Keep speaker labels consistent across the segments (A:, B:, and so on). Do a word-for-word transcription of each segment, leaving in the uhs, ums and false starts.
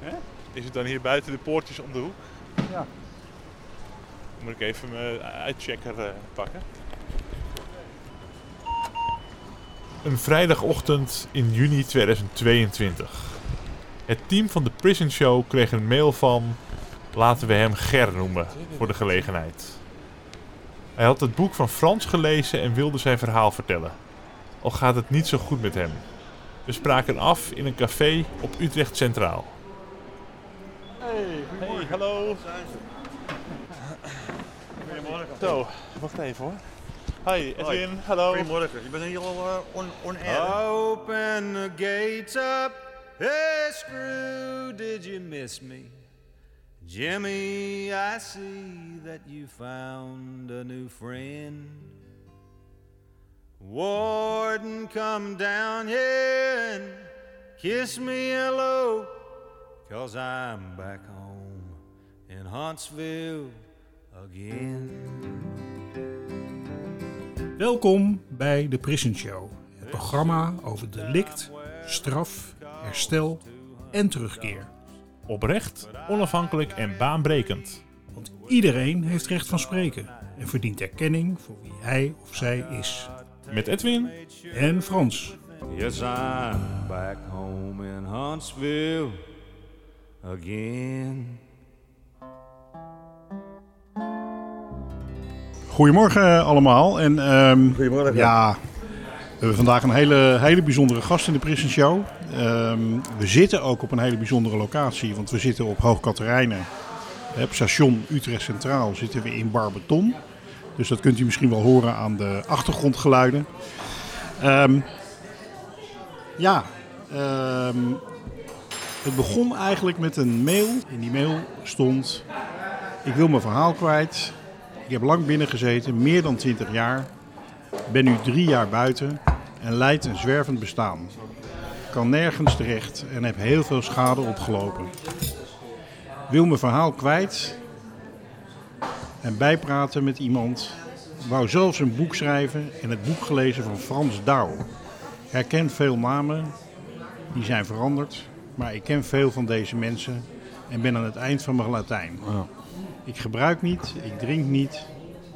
A: Hè? Is het dan hier buiten de poortjes om de hoek?
B: Ja.
A: Dan moet ik even mijn uitchecker uh, pakken. Een vrijdagochtend in juni tweeduizend tweeëntwintig. Het team van de Prison Show kreeg een mail van... laten we hem Ger noemen voor de gelegenheid. Hij had het boek van Frans gelezen en wilde zijn verhaal vertellen. Al gaat het niet zo goed met hem. We spraken af in een café op Utrecht Centraal.
B: Hey,
A: hey, hallo.
B: Goedemorgen.
A: Zo, wacht even hoor. Hi, Edwin, hallo.
B: Goedemorgen, je bent hier al uh, on, on air.
C: Open the gates up, hey Screw, did you miss me? Jimmy, I see that you found a new friend. Warden, come down here and kiss me hello, 'cause I'm back home in Huntsville again.
D: Welkom bij de Prison Show, het programma over delict, straf, herstel en terugkeer.
A: Oprecht, onafhankelijk en baanbrekend.
D: Want iedereen heeft recht van spreken en verdient erkenning voor wie hij of zij is.
A: Met Edwin
D: en Frans.
C: Yes, I'm back home in Huntsville again.
D: Goedemorgen allemaal. En, um,
B: Goedemorgen.
D: Ja, we hebben vandaag een hele, hele bijzondere gast in de Prison Show. Um, we zitten ook op een hele bijzondere locatie, want we zitten op Hoog Catharijnen. Op station Utrecht Centraal zitten we in Barberton. Dus dat kunt u misschien wel horen aan de achtergrondgeluiden. Um, ja, um, het begon eigenlijk met een mail. In die mail stond: ik wil mijn verhaal kwijt. Ik heb lang binnen gezeten, meer dan twintig jaar. Ben nu drie jaar buiten en leid een zwervend bestaan. Kan nergens terecht en heb heel veel schade opgelopen. Wil mijn verhaal kwijt en bijpraten met iemand. Wou zelfs een boek schrijven en het boek gelezen van Frans Douw. Ik herken veel namen, die zijn veranderd. Maar ik ken veel van deze mensen en ben aan het eind van mijn Latijn. Ik gebruik niet, ik drink niet.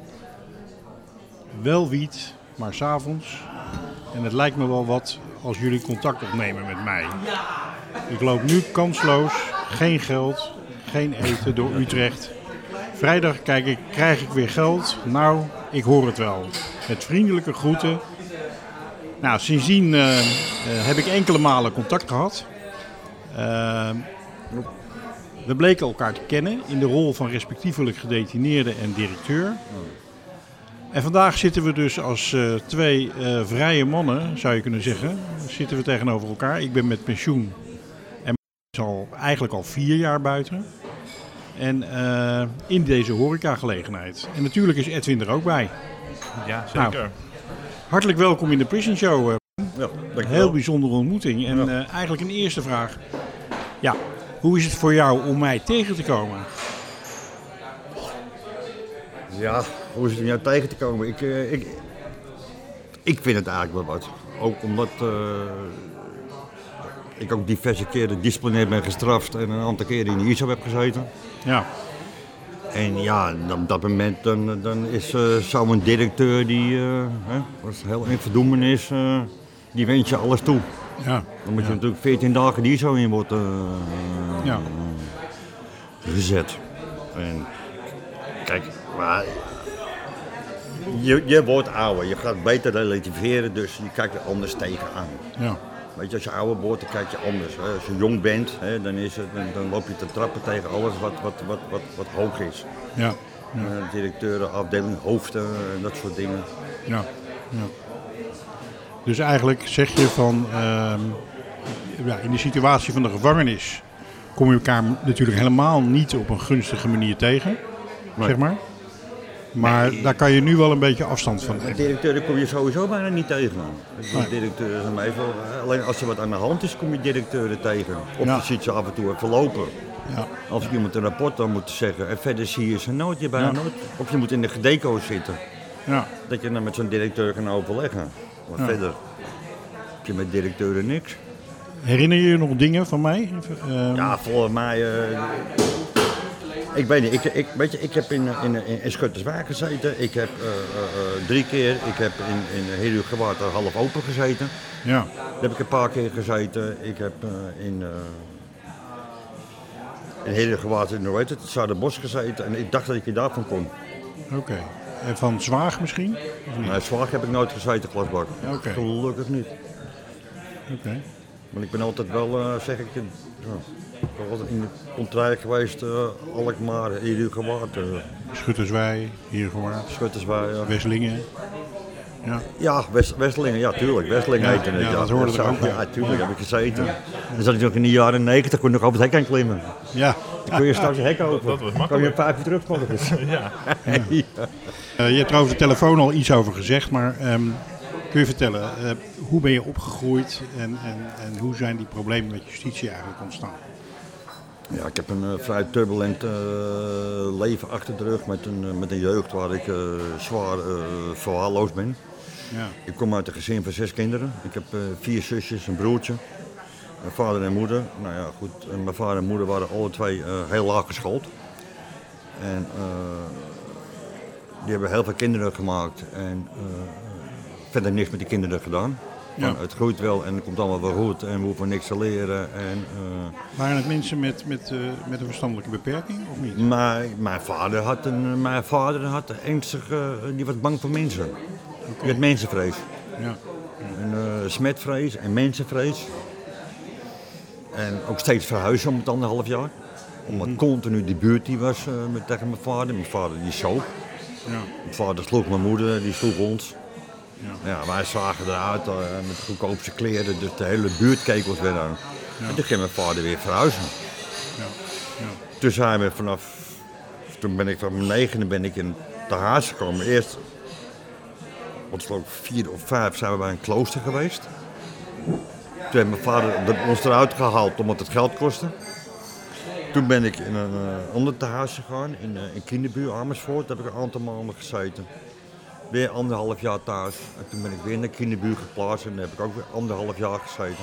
D: Wel wiet, maar 's avonds. En het lijkt me wel wat als jullie contact opnemen met mij. Ik loop nu kansloos, geen geld, geen eten door Utrecht. Vrijdag kijk ik, krijg ik weer geld. Nou, ik hoor het wel. Met vriendelijke groeten. Nou, sindsdien uh, uh, heb ik enkele malen contact gehad. Uh, we bleken elkaar te kennen in de rol van respectievelijk gedetineerde en directeur. En vandaag zitten we dus als uh, twee uh, vrije mannen, zou je kunnen zeggen, zitten we tegenover elkaar. Ik ben met pensioen en is al, eigenlijk al vier jaar buiten. En uh, in deze horecagelegenheid. En natuurlijk is Edwin er ook bij.
A: Ja, zeker.
D: Nou, hartelijk welkom in de Prison Show. Uh,
B: Ja,
D: een heel bijzondere ontmoeting. En uh, eigenlijk een eerste vraag. Ja, hoe is het voor jou om mij tegen te komen?
B: Ja, hoe is het om jou tegen te komen? Ik, uh, ik, ik vind het eigenlijk wel wat. Ook omdat uh, ik ook diverse keren disciplinair ben gestraft en een aantal keren in de I S O heb gezeten.
D: Ja.
B: En ja, op dat moment dan, dan is uh, zo'n directeur die, uh, hè, als heel in verdoemenis, uh, die wens je alles toe.
D: Ja.
B: Dan moet je
D: ja.
B: natuurlijk veertien dagen die I S O in wordt uh,
D: ja.
B: uh, gezet. En kijk, maar je, je wordt ouder, je gaat beter relativeren, dus je kijkt er anders tegenaan.
D: Ja.
B: Weet je, als je ouder wordt, dan kijk je anders. Hè. Als je jong bent, hè, dan, is het, dan, dan loop je te trappen tegen alles wat, wat, wat, wat, wat hoog is.
D: Ja. Ja.
B: Uh, directeuren, afdeling, hoofden en dat soort dingen.
D: Ja. Ja. Dus eigenlijk zeg je van, uh, ja, in de situatie van de gevangenis kom je elkaar natuurlijk helemaal niet op een gunstige manier tegen, nee. zeg maar. Maar nee. daar kan je nu wel een beetje afstand van nemen.
B: De directeuren kom je sowieso bijna niet tegen. De directeuren zijn meestal, alleen als er wat aan de hand is, kom je directeuren tegen. Of ja. je ziet ze af en toe even lopen. Ja. Als ja. iemand een rapport dan moet zeggen. En verder zie je ze nooit, je bijna ja. nooit. Of je moet in de gedeco zitten. Ja. Dat je dan met zo'n directeur kan overleggen. Maar ja. verder heb je met directeuren niks.
D: Herinner je je nog dingen van mij? Uh,
B: ja, volgens mij... Uh, ik weet niet, ik, ik, weet je, ik heb in, in, in Schutterswijk gezeten. Ik heb uh, uh, uh, drie keer, ik heb in, in Heerhugowaard half open gezeten.
D: Ja.
B: Daar heb ik een paar keer gezeten. Ik heb uh, in... Uh, in Heerhugowaard in het Zuiderbos gezeten. En ik dacht dat ik hier daarvan kon.
D: Oké. Okay. En van Zwaag misschien?
B: Nee, Zwaag heb ik nooit gezeten, glasbak.
D: Okay.
B: Gelukkig niet.
D: Oké. Okay.
B: Maar ik ben altijd wel, uh, zeg ik, ja, ik ben altijd in de contraire geweest, uh, Alkmaar, Heerhugowaard. Uh.
D: Schutterswijk, Heerhugowaard.
B: Schutterswijk, ja.
D: Westlingen. Ja,
B: ja West, Westelingen, ja tuurlijk. Westelingen
D: ja,
B: heette het.
D: Ja,
B: ja,
D: dat hoorde er ook bij.
B: Ja, tuurlijk, ja. Heb ik gezeten. Ja. Dan zat ik nog in de jaren negentig, kon ik nog over het hek aan klimmen.
D: Ja.
B: Dan kon je straks je hek over.
A: Dat was makkelijk.
B: Kan je een vijf uur terug morgens.
A: ja.
D: ja. ja. Uh, je hebt er over de telefoon al iets over gezegd, maar um, kun je vertellen, uh, hoe ben je opgegroeid en, en, en hoe zijn die problemen met justitie eigenlijk ontstaan?
B: Ja, ik heb een uh, vrij turbulent uh, leven achter de rug met een, uh, met een jeugd waar ik uh, zwaar uh, verwaarloosd ben.
D: Ja.
B: Ik kom uit een gezin van zes kinderen. Ik heb uh, vier zusjes, een broertje, een vader en moeder. Nou ja, goed, en mijn vader en moeder waren alle twee uh, heel laag geschoold. En uh, die hebben heel veel kinderen gemaakt en uh, verder niks met die kinderen gedaan. Ja. Het groeit wel en het komt allemaal wel goed en we hoeven niks te leren. En, uh,
D: waren het mensen met, met, uh, met een verstandelijke beperking of niet?
B: Mijn, mijn vader had een, mijn vader had ernstig, uh, die was bang voor mensen. Okay. Die had mensenvrees.
D: Ja. Ja.
B: En, uh, smetvrees en mensenvrees. En ook steeds verhuizen om het anderhalf jaar. Omdat mm-hmm. continu die buurt die was uh, met, tegen mijn vader. Mijn vader die zoog. Ja. Mijn vader sloeg mijn moeder, die sloeg ons. Ja. Ja, wij zagen eruit uh, met de goedkoopste kleren, dus de hele buurt keek ons weer aan. Ja. En toen ging mijn vader weer verhuizen. Ja. Ja. Toen zijn we vanaf, toen ben ik van mijn negende ben ik in de Haas gekomen. Eerst, wat geloof ik, vier of vijf zijn we bij een klooster geweest. Toen heeft mijn vader ons eruit gehaald omdat het geld kostte. Toen ben ik in een uh, ander tehuis gegaan, in, uh, in Kinderbuur, Amersfoort. Daar heb ik een aantal maanden gezeten. Weer anderhalf jaar thuis. En toen ben ik weer naar Kinderbuur geplaatst en daar heb ik ook weer anderhalf jaar gezeten.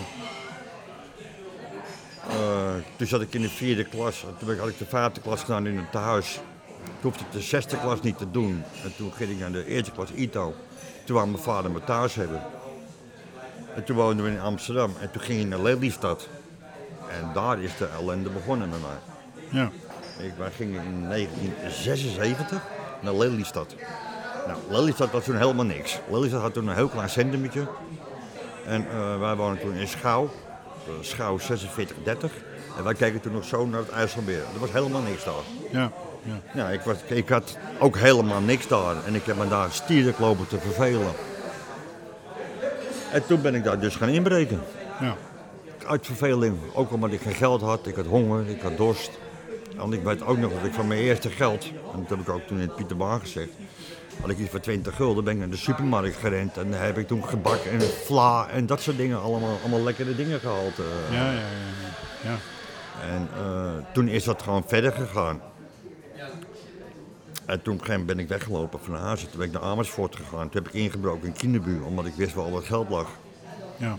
B: Uh, toen zat ik in de vierde klas. Toen had ik de vijfde klas gedaan in het tehuis. Toen hoefde ik de zesde klas niet te doen. En toen ging ik naar de eerste klas I T O. Toen wou mijn vader me thuis hebben. En toen woonden we in Amsterdam. En toen ging ik naar Lelystad. En daar is de ellende begonnen met mij. Ja. Ik, wij gingen in negentien zesenzeventig naar Lelystad. Nou, Lelystad was toen helemaal niks. Lelystad had toen een heel klein centrumetje. En uh, wij woonden toen in Schouw, uh, Schouw zesenveertig dertig. En wij keken toen nog zo naar het IJsselmeer. Er was helemaal niks daar.
D: Ja, ja.
B: Ja, ik, was, ik had ook helemaal niks daar. En ik heb me daar stierlijk lopen te vervelen. En toen ben ik daar dus gaan inbreken.
D: Ja.
B: Uit verveling. Ook omdat ik geen geld had. Ik had honger, ik had dorst. En ik weet ook nog dat ik van mijn eerste geld, en dat heb ik ook toen in het Pieterbaan gezegd, had ik iets voor twintig gulden, ben ik naar de supermarkt gerend en daar heb ik toen gebak en vla en dat soort dingen, allemaal, allemaal lekkere dingen gehaald. Uh.
D: Ja, ja, ja. ja.
B: En uh, toen is dat gewoon verder gegaan. En toen ben ik weggelopen van huis, toen ben ik naar Amersfoort gegaan, toen heb ik ingebroken in Kinderbuur, omdat ik wist waar al het geld lag.
D: Ja.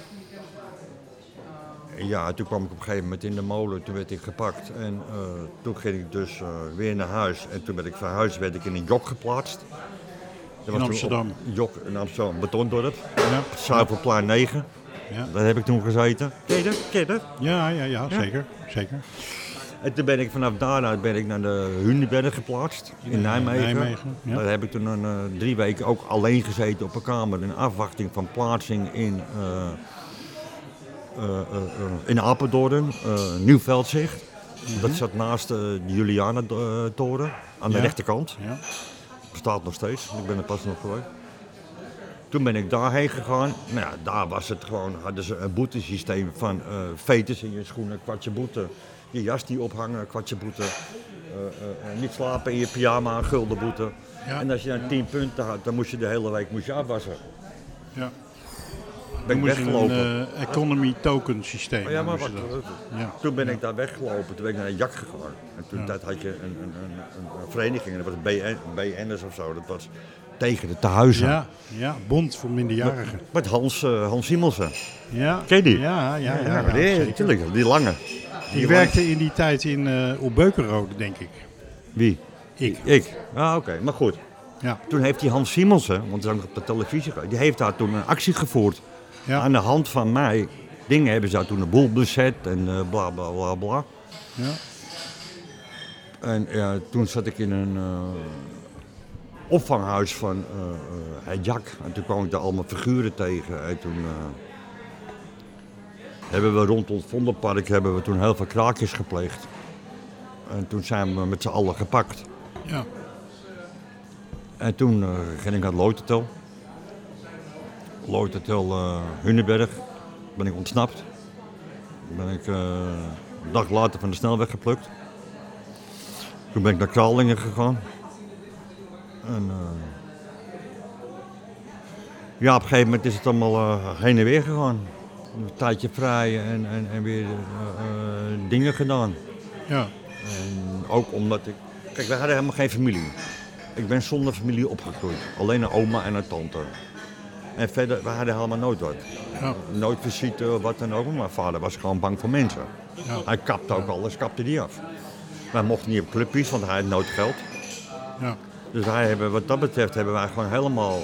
B: Ja, toen kwam ik op een gegeven moment in de molen, toen werd ik gepakt en uh, toen ging ik dus uh, weer naar huis en toen werd ik verhuisd, werd ik in een jok geplaatst.
D: Dat in was Amsterdam?
B: Een jok in Amsterdam, Betondorp,
D: ja.
B: Zuivelplein negen, ja. Daar heb ik toen gezeten. Ken je dat? Ken je dat?
D: Ja, ja, ja, ja, zeker, zeker.
B: En toen ben ik vanaf daaruit ben ik naar de Hunenberg geplaatst in ja, Nijmegen. Nijmegen ja. Daar heb ik toen een, uh, drie weken ook alleen gezeten op een kamer in afwachting van plaatsing in... Uh, Uh, uh, uh, in Apeldoorn, uh, Nieuw-Veldzicht. Mm-hmm. Dat zat naast uh, de Juliana-toren aan de ja. rechterkant. Ja. Bestaat nog steeds, ik ben er pas nog geweest. Toen ben ik daarheen gegaan. Nou ja, daar was het gewoon, hadden ze een boetesysteem van uh, veters in je schoenen, kwartje boete. Je jas die ophangen, kwartje boete. Uh, uh, uh, niet slapen in je pyjama, gulden boete. Ja. En als je dan tien punten had, dan moest je de hele week moest je afwassen.
D: Ja.
B: Ben ik weggelopen.
D: Een uh, economy token systeem.
B: Oh ja, maar wat,
D: ja.
B: Toen ben
D: ja.
B: ik daar weggelopen, toen ben ik naar een jak gegaan. En toen ja. dat had je een, een, een, een vereniging, dat was B N'ers of zo. Dat was tegen de tehuizen.
D: Ja, ja, Bond voor minderjarigen.
B: Met, met Hans, uh, Hans Simonsen.
D: Ja.
B: Ken je die?
D: Ja, ja, ja.
B: ja,
D: ja,
B: die,
D: zeker.
B: natuurlijk, die lange.
D: Die,
B: die
D: werkte
B: lange.
D: in die tijd in, uh, op Beukenrode, denk ik.
B: Wie?
D: Ik.
B: Ik. Ah, oké, okay. Maar goed.
D: Ja.
B: Toen heeft die Hans Simonsen, want dat is ook op de televisie geweest, die heeft daar toen een actie gevoerd. Ja. Aan de hand van mij. Dingen hebben ze daar toen een boel bezet en uh, bla bla bla bla.
D: Ja.
B: En ja, toen zat ik in een uh, opvanghuis van uh, uh, het Jak. En toen kwam ik daar allemaal figuren tegen. En toen uh, hebben we rondom het Vondelpark hebben we toen heel veel kraakjes gepleegd. En toen zijn we met z'n allen gepakt.
D: Ja.
B: En toen uh, ging ik naar het Lloyd-hotel. Lloyd-hotel uh, Hunenberg. Ben ik ontsnapt. Ben ik uh, een dag later van de snelweg geplukt. Toen ben ik naar Kralingen gegaan. En, uh, ja, op een gegeven moment is het allemaal uh, heen en weer gegaan. Een tijdje vrij en, en, en weer uh, uh, dingen gedaan.
D: Ja.
B: En ook omdat ik... Kijk, wij hadden helemaal geen familie. Ik ben zonder familie opgegroeid. Alleen een oma en een tante. En verder, we hadden helemaal nooit wat.
D: Ja.
B: Nooit visite of wat dan ook. Mijn vader was gewoon bang voor mensen. Ja. Hij kapte ook alles, kapte die af. Wij mochten niet op clubjes, want hij had nooit geld.
D: Ja.
B: Dus wij hebben, wat dat betreft hebben wij gewoon helemaal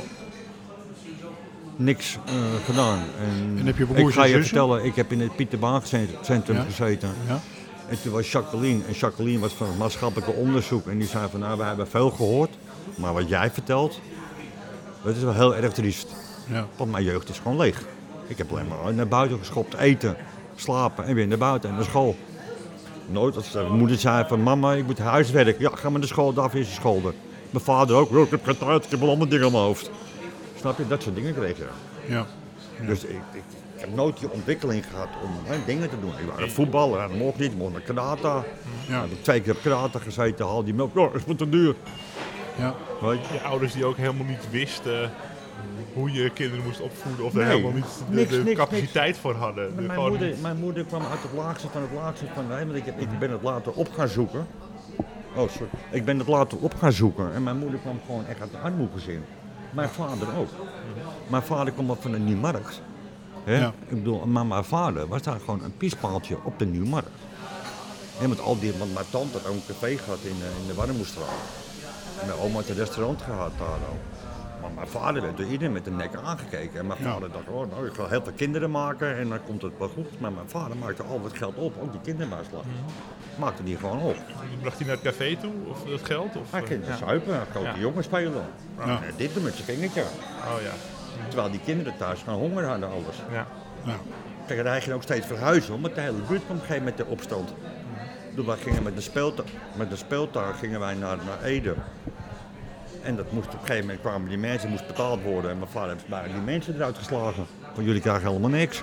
B: niks uh, gedaan. En,
D: en heb je broers
B: ik ga je
D: en
B: vertellen, ik heb in het Pieter Baan Centrum ja. gezeten.
D: Ja.
B: En toen was Jacqueline, en Jacqueline was van het maatschappelijke onderzoek. En die zei van, nou, we hebben veel gehoord. Maar wat jij vertelt, dat is wel heel erg triest.
D: Ja.
B: Want mijn jeugd is gewoon leeg. Ik heb alleen maar naar buiten geschopt, eten, slapen en weer naar buiten en naar school. Nooit als mijn moeder zei van, mama, ik moet huiswerk. Ja, ga maar naar school, daar is je school. Mijn vader ook, ik heb geen tijd, ik heb allemaal dingen aan mijn hoofd. Snap je, dat soort dingen kreeg je.
D: Ja. Ja.
B: Dus ik, ik, ik heb nooit die ontwikkeling gehad om hè, dingen te doen. Ik was voetballer, dat mocht niet, ik mocht naar karate. Ja. Ik heb twee keer op karate gezeten, haal die melk, oh, is wat te duur.
D: Ja.
A: Weet je? Je ouders die ook helemaal niet wisten hoe je kinderen moest opvoeden of
B: nee,
A: er helemaal niet de,
B: niks,
A: de
B: niks,
A: capaciteit
B: niks.
A: voor hadden.
B: Mijn,
A: Gewoon...
B: moeder, mijn moeder kwam uit het laagste van het laagste van de want ik, heb, ik ben het later op gaan zoeken. Oh, sorry. Ik ben het later op gaan zoeken en mijn moeder kwam gewoon echt uit een armoedegezin. Mijn vader ook. Mijn vader kwam op van een Nieuwmarkt. Ja. Ik bedoel, maar mijn vader was daar gewoon een piespaaltje op de Nieuwmarkt. En met al die, want mijn tante had ook een café gehad in, in de Warmoestraat. En mijn oma had een restaurant gehad daar ook. Maar mijn vader werd door iedereen met de nek aangekeken. En mijn
D: ja.
B: vader dacht, oh, nou, ik ga heel veel kinderen maken en dan komt het wel goed. Maar mijn vader maakte al wat geld op, ook die kinderbijslag. Mm-hmm. Maakte die gewoon op.
A: Bracht hij naar het café toe, of dat geld? Of,
B: hij ging ja. zuipen, grote ja. jongens spelen. Ja. En dit doen met zijn vingertje.
A: Oh ja.
B: Terwijl die kinderen thuis gaan honger hadden alles.
A: Ja.
B: Ja. Kijk, hij ging ook steeds verhuizen, omdat de hele buurt op een gegeven moment de opstand. Dus wij gingen met de speeltuig, met de speeltuig gingen wij naar, naar Ede. En dat moest op een gegeven moment kwamen die mensen, moest betaald worden. En mijn vader heeft bijna die mensen eruit geslagen. Van jullie krijgen helemaal niks.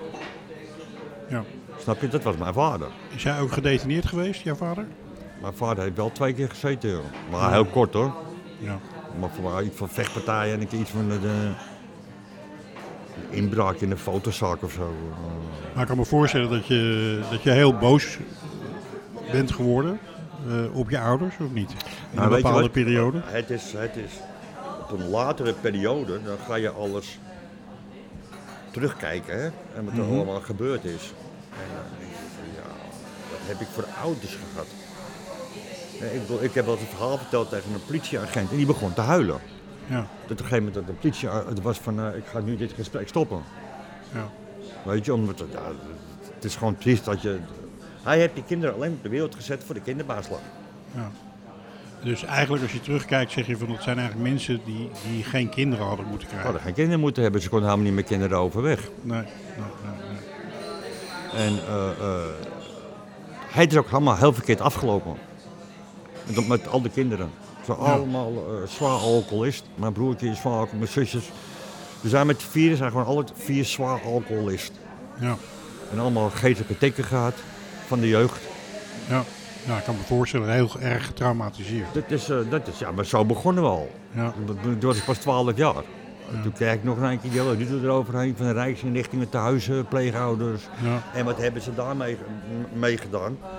D: Ja.
B: Snap je, dat was mijn vader.
D: Is hij ook gedetineerd geweest, jouw vader?
B: Mijn vader heeft wel twee keer gezeten, maar ja. heel kort hoor.
D: Ja.
B: Maar voor iets van vechtpartijen en ik iets van de, de inbraak in een fotozaak of zo.
D: Maar ik kan me voorstellen dat je, dat je heel boos bent geworden uh, op je ouders, of niet? In nou, een bepaalde periode?
B: Het is, het is op een latere periode, dan ga je alles terugkijken hè, en wat er mm-hmm. allemaal gebeurd is. En dan denk je van ja, wat heb ik voor ouders gehad? Ik, bedoel, ik heb wel eens een verhaal verteld tegen een politieagent en die begon te huilen.
D: Ja.
B: Dat op een gegeven moment dat de politie, het was van uh, ik ga nu dit gesprek stoppen.
D: Ja.
B: Weet je, omdat het, ja, het is gewoon triest dat je... Hij heeft die kinderen alleen op de wereld gezet voor de kinderbijslag.
D: Ja. Dus eigenlijk als je terugkijkt zeg je van het zijn eigenlijk mensen die, die geen kinderen hadden moeten krijgen.
B: Hadden geen kinderen moeten hebben, ze konden helemaal niet met kinderen overweg.
D: Nee, nee, nee. nee.
B: En uh, uh, hij is ook helemaal heel verkeerd afgelopen. Met, met al de kinderen. Ze zijn ja. allemaal uh, zwaar alcoholist. Mijn broertje is zwaar alcoholist, mijn zusjes. We zijn met vier, zijn gewoon alle vier zwaar alcoholist.
D: Ja.
B: En allemaal geestelijke tikken gehad van de jeugd.
D: Ja, ja ik kan me voorstellen, heel erg getraumatiseerd.
B: Dat is, uh, dat is, ja, maar zo begonnen we al.
D: Ja.
B: Toen was ik pas twaalf jaar. Ja. Toen kreeg ik nog een keer die die doet eroverheen van de Rijksinrichtingen, tehuizen, pleegouders.
D: Ja.
B: En wat hebben ze daarmee mee gedaan?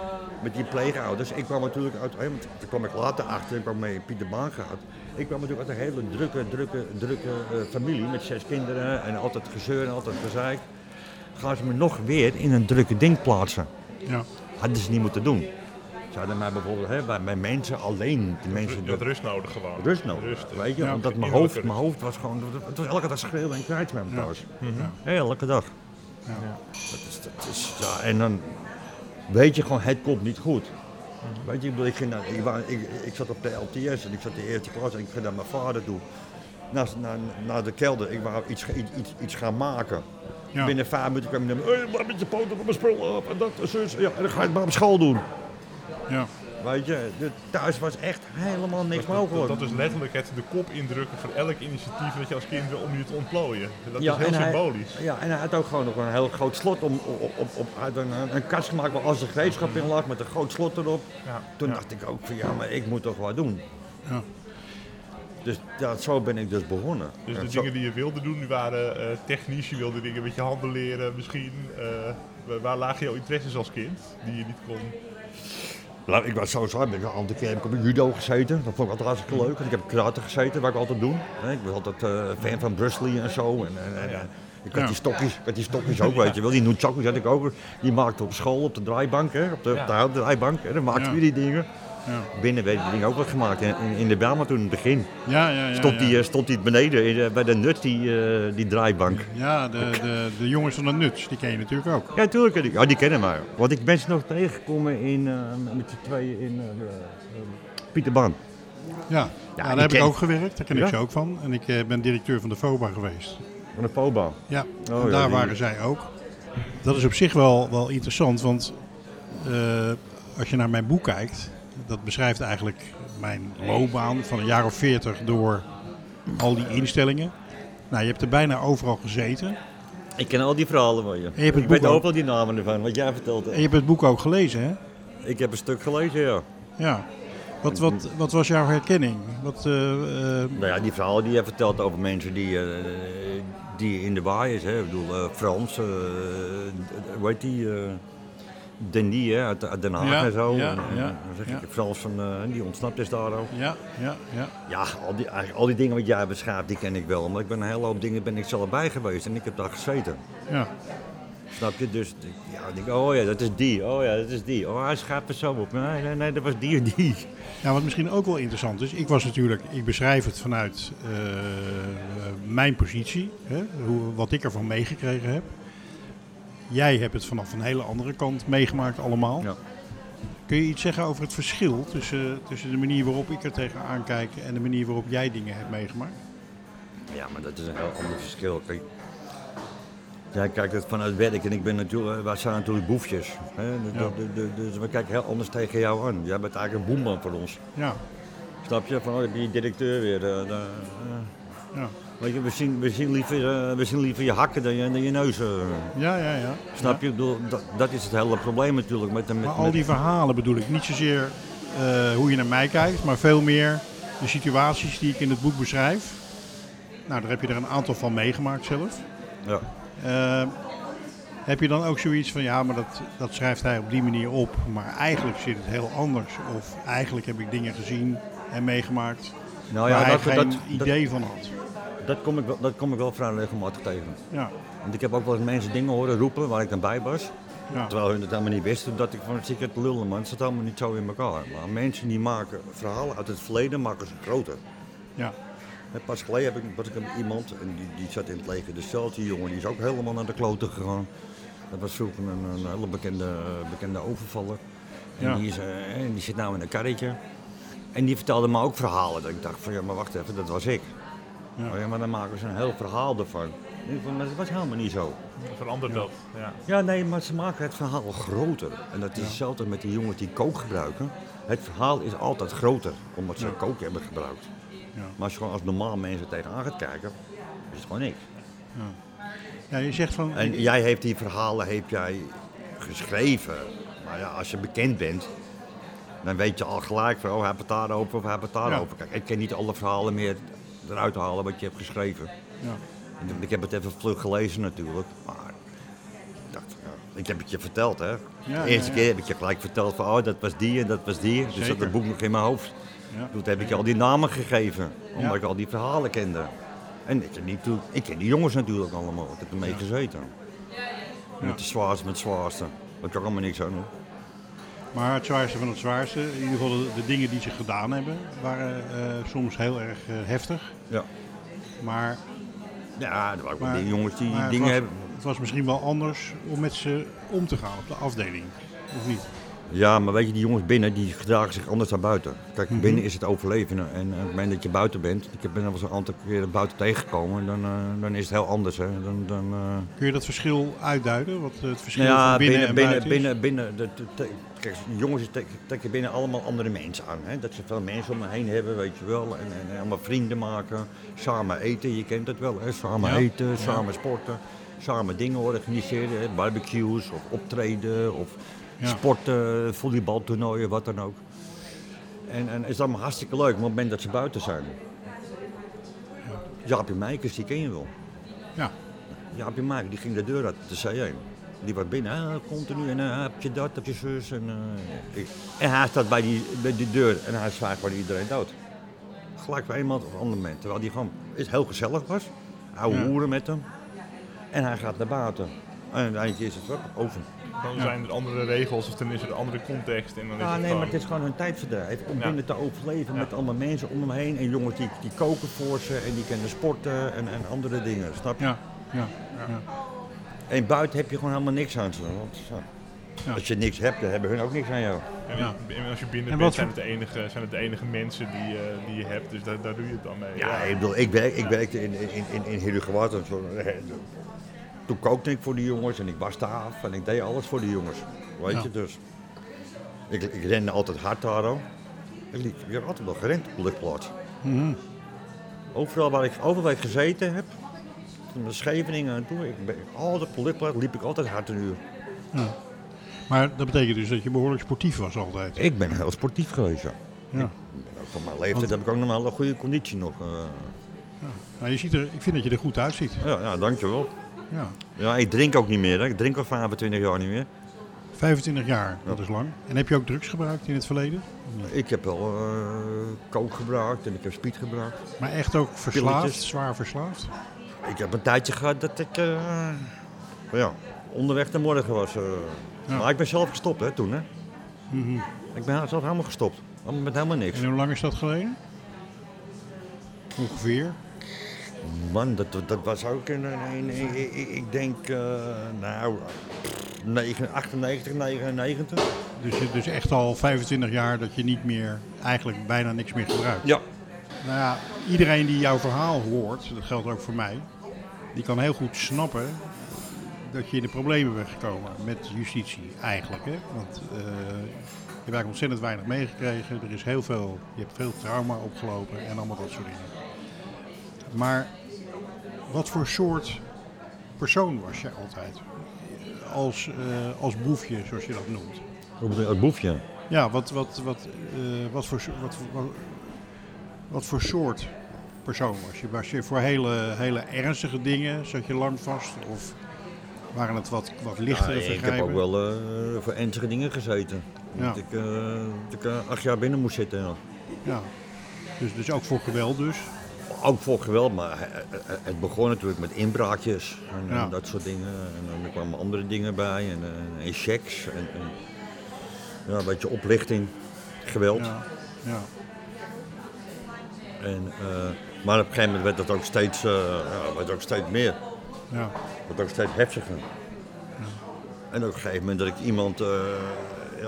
B: met die pleegouders. Ik kwam natuurlijk uit, hè, want daar kwam ik later achter, ik kwam mee in Pieter Baan gehad. Ik kwam natuurlijk uit een hele drukke, drukke, drukke uh, familie met zes kinderen en altijd gezeur en altijd gezeik. Gaan ze me nog weer in een drukke ding plaatsen.
D: Ja.
B: Hadden ze niet moeten doen. Ze hadden mij bijvoorbeeld, hè, bij, bij mensen alleen, de mensen...
A: Je had rust nodig gewoon.
B: Rust nodig,
A: Rust.
B: weet je,
D: Ja.
B: omdat mijn hoofd, mijn hoofd was gewoon, het was elke dag schreeuwen en krijt met me thuis.
A: Mhm.
B: Ja, elke dag.
D: Ja.
B: Dat is, dat is, ja, en dan weet je gewoon, het komt niet goed. Weet je, ik, bedoel, ik, ging naar, ik, wa- ik, ik zat op de L T S en ik zat in de eerste klas en ik ging naar mijn vader toe. Naar, naar, naar de kelder, ik wou iets, iets, iets, iets gaan maken.
D: Ja.
B: Binnen vijf minuten kwam je naar me, hey, maar met je poten op mijn spullen op en dat en zus. Ja, en dan ga je het maar op school doen.
D: Ja.
B: Weet je, de, thuis was echt helemaal niks
A: Dat, dat,
B: mogelijk.
A: dat is letterlijk het de kop indrukken van elk initiatief dat je als kind wil om je te ontplooien. Dat
B: Ja,
A: is heel
B: en hij-
A: symbolisch.
B: Ja, en hij had ook gewoon nog een heel groot slot om, op, op, op, uit een, een kast gemaakt waar als een gereedschap in lag met een groot slot erop.
A: Ja.
B: Toen
A: Ja.
B: dacht ik ook van ja, maar ik moet toch wat doen.
D: Ja.
B: Dus ja, zo ben ik dus begonnen.
A: Dus de
B: En zo-
A: dingen die je wilde doen, die waren uh, technisch. Je wilde dingen met je handen leren misschien. Uh, waar, waar lagen jouw interesses als kind die je niet kon?
B: Nou, ik was sowieso, ik heb een aantal keer heb ik op judo gezeten. Dat vond ik altijd hartstikke leuk. En ik heb karate gezeten, wat ik altijd doe. Hè, Ik was altijd uh, fan van Bruce Lee en zo. En, en, en,
A: Ja.
B: Ik had
D: Ja.
B: die stokjes, ik had die stokjes ook, weet je wel. Die nunchakus had ik ook. Die maakte op school op de draaibank, hè, op de,
A: Ja.
B: op de houten draaibank. Hè, dan maakten
D: Ja.
B: we die dingen.
D: Ja.
B: Binnen werd die dingen ook wat gemaakt. In, in, in de Bijlmer toen in het begin
D: Ja, ja, ja,
B: stond,
D: ja.
B: die, uh, stond die beneden in, uh, bij de nut, die, uh, die draaibank.
D: Ja, de, de, de jongens van de Nuts, die ken je natuurlijk ook.
B: Ja, natuurlijk. ken ik- Ja, die kennen mij. Want ik ben ze nog tegengekomen in, uh, met z'n tweeën in uh, de, uh, Pieterbaan.
D: Ja, ja,
B: die
D: daar heb
B: ken
D: ik
B: ik.
D: ook gewerkt, daar ken
B: Ja?
D: ik ze ook van. En ik eh, ben directeur van de FOBA geweest.
B: Van de FOBA.
D: Ja,
B: Oh,
D: en
B: ja,
D: daar
B: die-
D: waren zij ook. Dat is op zich wel, wel interessant, want uh, als je naar mijn boek kijkt, dat beschrijft eigenlijk mijn loopbaan van een jaar of veertig door al die instellingen. Nou, je hebt er bijna overal gezeten.
B: Ik ken al die verhalen van je.
D: je hebt het
B: ik weet
D: boek ook.
B: ook wel die namen ervan, wat jij vertelt.
D: En je hebt het boek ook gelezen, hè?
B: Ik heb een stuk gelezen, ja.
D: Ja. Wat, wat, wat was jouw herkenning? Wat, uh, uh,
B: Nou ja, die verhalen die je vertelt over mensen die, uh, die in de waai is. Hè. Ik bedoel, uh, Frans, uh, hoe heet die? Uh, Denis, hè, uit, uit Den Haag
D: Ja,
B: en zo.
D: ja,
B: en, en,
D: ja,
B: dan zeg
D: ja.
B: ik Frans van, uh, die ontsnapt is daar ook.
D: ja, ja, ja.
B: Ja, al die, eigenlijk al die dingen wat jij beschrijft, die ken ik wel. Maar ik ben een hele hoop dingen ben ik zelf bij geweest en ik heb daar gezeten.
D: ja.
B: Snap je? Dus ja, ik denk, oh ja, dat is die. Oh ja, dat is die. Oh, hij schrijft er zo op. Nee, nee, nee, dat was die en die.
D: Ja, wat misschien ook wel interessant is, ik was natuurlijk, ik beschrijf het vanuit uh, mijn positie, hè, hoe, wat ik ervan meegekregen heb. Jij hebt het vanaf een hele andere kant meegemaakt allemaal.
B: Ja.
D: Kun je iets zeggen over het verschil tussen, tussen de manier waarop ik er tegenaan kijk en de manier waarop jij dingen hebt meegemaakt?
B: Ja, maar dat is een heel ander verschil. Kijk, jij kijkt het vanuit werk en ik ben natuurlijk, wij zijn natuurlijk boefjes. Hè? De,
D: Ja.
B: de, de, de, dus we kijken heel anders tegen jou aan. Jij bent eigenlijk een boeman voor ons.
D: Ja,
B: Snap je? Van, oh, die directeur weer. Uh, de, uh,
D: ja,
B: weet je, we, zien, we, zien liever, uh, we zien liever je hakken dan je, dan je neus. Uh.
D: ja, ja. ja.
B: Snap je? Ik bedoel, dat, dat is het hele probleem natuurlijk. Met, met,
D: Maar al
B: met-
D: die verhalen bedoel ik, niet zozeer uh, hoe je naar mij kijkt, maar veel meer de situaties die ik in het boek beschrijf. Nou, daar heb je er een aantal van meegemaakt zelf.
B: Ja.
D: Uh, heb je dan ook zoiets van, ja, maar dat, dat schrijft hij op die manier op, maar eigenlijk zit het heel anders. Of eigenlijk heb ik dingen gezien en meegemaakt
B: Nou
D: waar
B: ja,
D: hij
B: dat,
D: geen
B: dat,
D: idee van had.
B: dat, kom ik wel, dat kom ik wel vrij regelmatig tegen.
D: Ja,
B: Want ik heb ook wel eens mensen dingen horen roepen waar ik dan bij was.
D: ja,
B: Terwijl hun het helemaal niet wisten, dat ik van zit te lullen, man. Het zit allemaal niet zo in elkaar. Maar mensen die maken verhalen uit het verleden, maken ze groter.
D: ja,
B: Hè, Pas geleden heb ik, was ik met iemand, en die, die zat in het leger. Dezelfde die jongen, die is ook helemaal naar de kloten gegaan. Dat was vroeger een, een hele bekende, bekende overvaller. En
D: Ja.
B: die, is, eh, en die zit nou in een karretje. En die vertelde me ook verhalen. Dat ik dacht van, ja, maar wacht even, dat was ik.
D: Ja.
B: Oh ja, maar dan maken ze een heel verhaal ervan. Ik denk van, maar dat was helemaal niet zo.
A: Verandert dat. Ja.
B: Ja, nee, maar ze maken het verhaal groter. En dat is hetzelfde met die jongens die kook gebruiken. Het verhaal is altijd groter, omdat ze
D: Ja.
B: kook hebben gebruikt.
D: Ja.
B: Maar als je gewoon als normaal mensen tegenaan gaat kijken, is het gewoon niks.
D: ja, je zegt van,
B: En jij heeft die verhalen heb jij geschreven. Maar ja, als je bekend bent, dan weet je al gelijk van, oh, hij heeft het daarover of hij heeft het daarover. Kijk, ik kan niet alle verhalen meer eruit halen wat je hebt geschreven.
D: ja.
B: En ik heb het even vlug gelezen natuurlijk, maar ik dacht, ja, Ik heb het je verteld, hè.
D: Ja,
B: de eerste
D: ja, ja.
B: keer heb ik je gelijk verteld van, oh, dat was die en dat was die. Dus
D: Zeker.
B: dat boek nog in mijn hoofd.
D: Ja.
B: Toen heb ik je al die namen gegeven, omdat
D: Ja.
B: ik al die verhalen kende. En ik ken, niet, ik ken die jongens natuurlijk allemaal, ik heb ermee
D: Ja.
B: gezeten.
D: Ja.
B: Met de zwaarste, met de zwaarste. Daar kan ik allemaal niks aan doen.
D: Maar het zwaarste van het zwaarste, in ieder geval de, de dingen die ze gedaan hebben, waren uh, soms heel erg uh, heftig.
B: Ja.
D: Maar,
B: Ja, er waren ook wel
D: maar,
B: die jongens die
D: maar het
B: dingen
D: was,
B: hebben.
D: Het was misschien wel anders om met ze om te gaan op de afdeling, of niet?
B: Ja, maar weet je, die jongens binnen die gedragen zich anders dan buiten. Kijk,
D: Mhm.
B: binnen is het overleven. En op het moment dat je buiten bent, ik ben er wel eens een aantal keer buiten tegengekomen, dan, uh, dan is het heel anders. Hè. Dan, dan, uh...
D: Kun je dat verschil uitduiden? Wat het verschil
B: nou ja,
D: van binnen,
B: binnen,
D: en
B: binnen,
D: buiten
B: binnen,
D: is?
B: binnen, de, de, de, kijk, jongens trekken binnen allemaal andere mensen aan. Hè. Dat ze veel mensen om me heen hebben, weet je wel. En, en, en allemaal vrienden maken, samen eten, je kent het wel. Hè. Samen
D: Ja.
B: eten,
D: Ja.
B: samen sporten, samen dingen organiseren. Hè. Barbecues of optreden of
D: Ja.
B: sporten, volleybaltoernooien, wat dan ook. En, en is dat maar hartstikke leuk op het moment dat ze buiten zijn. Jaapie Meijkers, die ken je wel.
D: Ja.
B: Jaapie Meijkers, die ging de deur uit de C één. Die was binnen, ah, continu, en uh, heb je dat, heb je zus. En, uh, ik- en hij staat bij die, bij die deur en hij zwaait gewoon iedereen dood. Gelijk bij iemand of een ander moment. Terwijl die gewoon is heel gezellig was. Oude
D: Ja.
B: hoeren met hem. En hij gaat naar buiten. En eindje is het wel over.
A: Dan
D: Ja.
A: zijn er andere regels of dan is er een andere context. En dan is
B: Ah,
A: het
B: nee,
A: gewoon...
B: maar het is gewoon een tijdverdrijf om
A: Ja.
B: binnen te overleven
A: Ja.
B: met allemaal mensen om hem heen. En jongens die, die koken voor ze en die kennen sporten en, en andere dingen, snap je?
D: Ja. Ja. Ja.
B: En buiten heb je gewoon helemaal niks aan ze. Want, ja,
D: Ja.
B: als je niks hebt, dan hebben hun ook niks aan jou.
A: En,
D: Ja.
A: en als je binnen
D: En
A: bent,
D: wat
A: zijn
D: voor-
A: het, de enige, zijn het de enige mensen die, uh, die je hebt. Dus daar, daar doe je het dan mee.
B: Ja, ik bedoel, ik, werk, ik werkte in, in, in, in Heerhugowaard en zo. Toen kookte ik voor die jongens en ik waste af en ik deed alles voor die jongens. Weet
D: Ja.
B: je, dus. Ik, ik rende altijd hard daar ook. Ik, liep, ik heb altijd wel gerend op de luchtplaats.
D: Mhm.
B: Overal waar ik, overal waar ik gezeten heb, van Scheveningen en toe, ik ben altijd op de luchtplaats liep ik altijd hard een uur.
D: Ja. Maar dat betekent dus dat je behoorlijk sportief was altijd.
B: Ik ben heel sportief geweest, ja.
D: Ja.
B: Ik ben ook van mijn leeftijd
D: Want-
B: heb ik ook nog wel een goede conditie nog. eh.
D: Nou, je ziet er, ik vind dat je er goed uitziet.
B: ja, ja, dankjewel.
D: Ja.
B: Ja, ik drink ook niet meer, hè. Ik drink al vijfentwintig jaar niet meer.
D: vijfentwintig jaar, dat is lang. En heb je ook drugs gebruikt in het verleden?
B: Ik heb wel uh, coke gebruikt en ik heb speed gebruikt.
D: Maar echt ook verslaafd,
B: Pilletjes.
D: zwaar verslaafd?
B: Ik heb een tijdje gehad dat ik uh, ja, onderweg naar morgen was. Uh.
D: Ja.
B: Maar ik ben zelf gestopt hè, toen. Hè.
D: Mhm.
B: Ik ben zelf helemaal gestopt. Allemaal met helemaal niks.
D: En hoe lang is dat geleden? Ongeveer?
B: Man, dat, dat was ook een, een, een, een- ik, ik denk, uh, nou, negen- achtennegentig, negenennegentig.
D: Dus, je- dus echt al vijfentwintig jaar dat je niet meer, eigenlijk bijna niks meer gebruikt.
B: Ja.
D: Nou ja, iedereen die jouw verhaal hoort, dat geldt ook voor mij, die kan heel goed snappen dat je in de problemen bent gekomen met justitie eigenlijk. Hè? Want uh, je hebt eigenlijk ontzettend weinig meegekregen, er is heel veel, je hebt veel trauma opgelopen en allemaal dat soort dingen. Maar wat voor soort persoon was je altijd? Als, uh, als boefje, zoals je dat noemt.
B: Hoe bedoel je, het boefje?
D: Ja, wat, wat, wat, uh, wat, voor, wat, wat, wat voor soort persoon was je? Was je voor hele, hele ernstige dingen, zat je lang vast? Of waren het wat, wat lichtere
B: Ja, ik heb
D: vergrijpen?
B: ook wel uh, voor ernstige dingen gezeten.
D: Ja.
B: Dat ik, uh, dat ik uh, acht jaar binnen moest zitten. Ja.
D: Ja. Dus, dus ook voor geweld dus?
B: Ook voor geweld, maar het begon natuurlijk met inbraakjes en,
D: Ja.
B: en dat soort dingen. En dan kwamen andere dingen bij en, en, en checks en, en ja, een beetje oplichting, geweld.
D: Ja. Ja.
B: En, uh, maar op een gegeven moment werd dat ook steeds, uh, ja, werd ook steeds meer.
D: Ja.
B: Werd ook steeds heftiger.
D: Ja.
B: En ook op een gegeven moment dat ik iemand, uh, ja,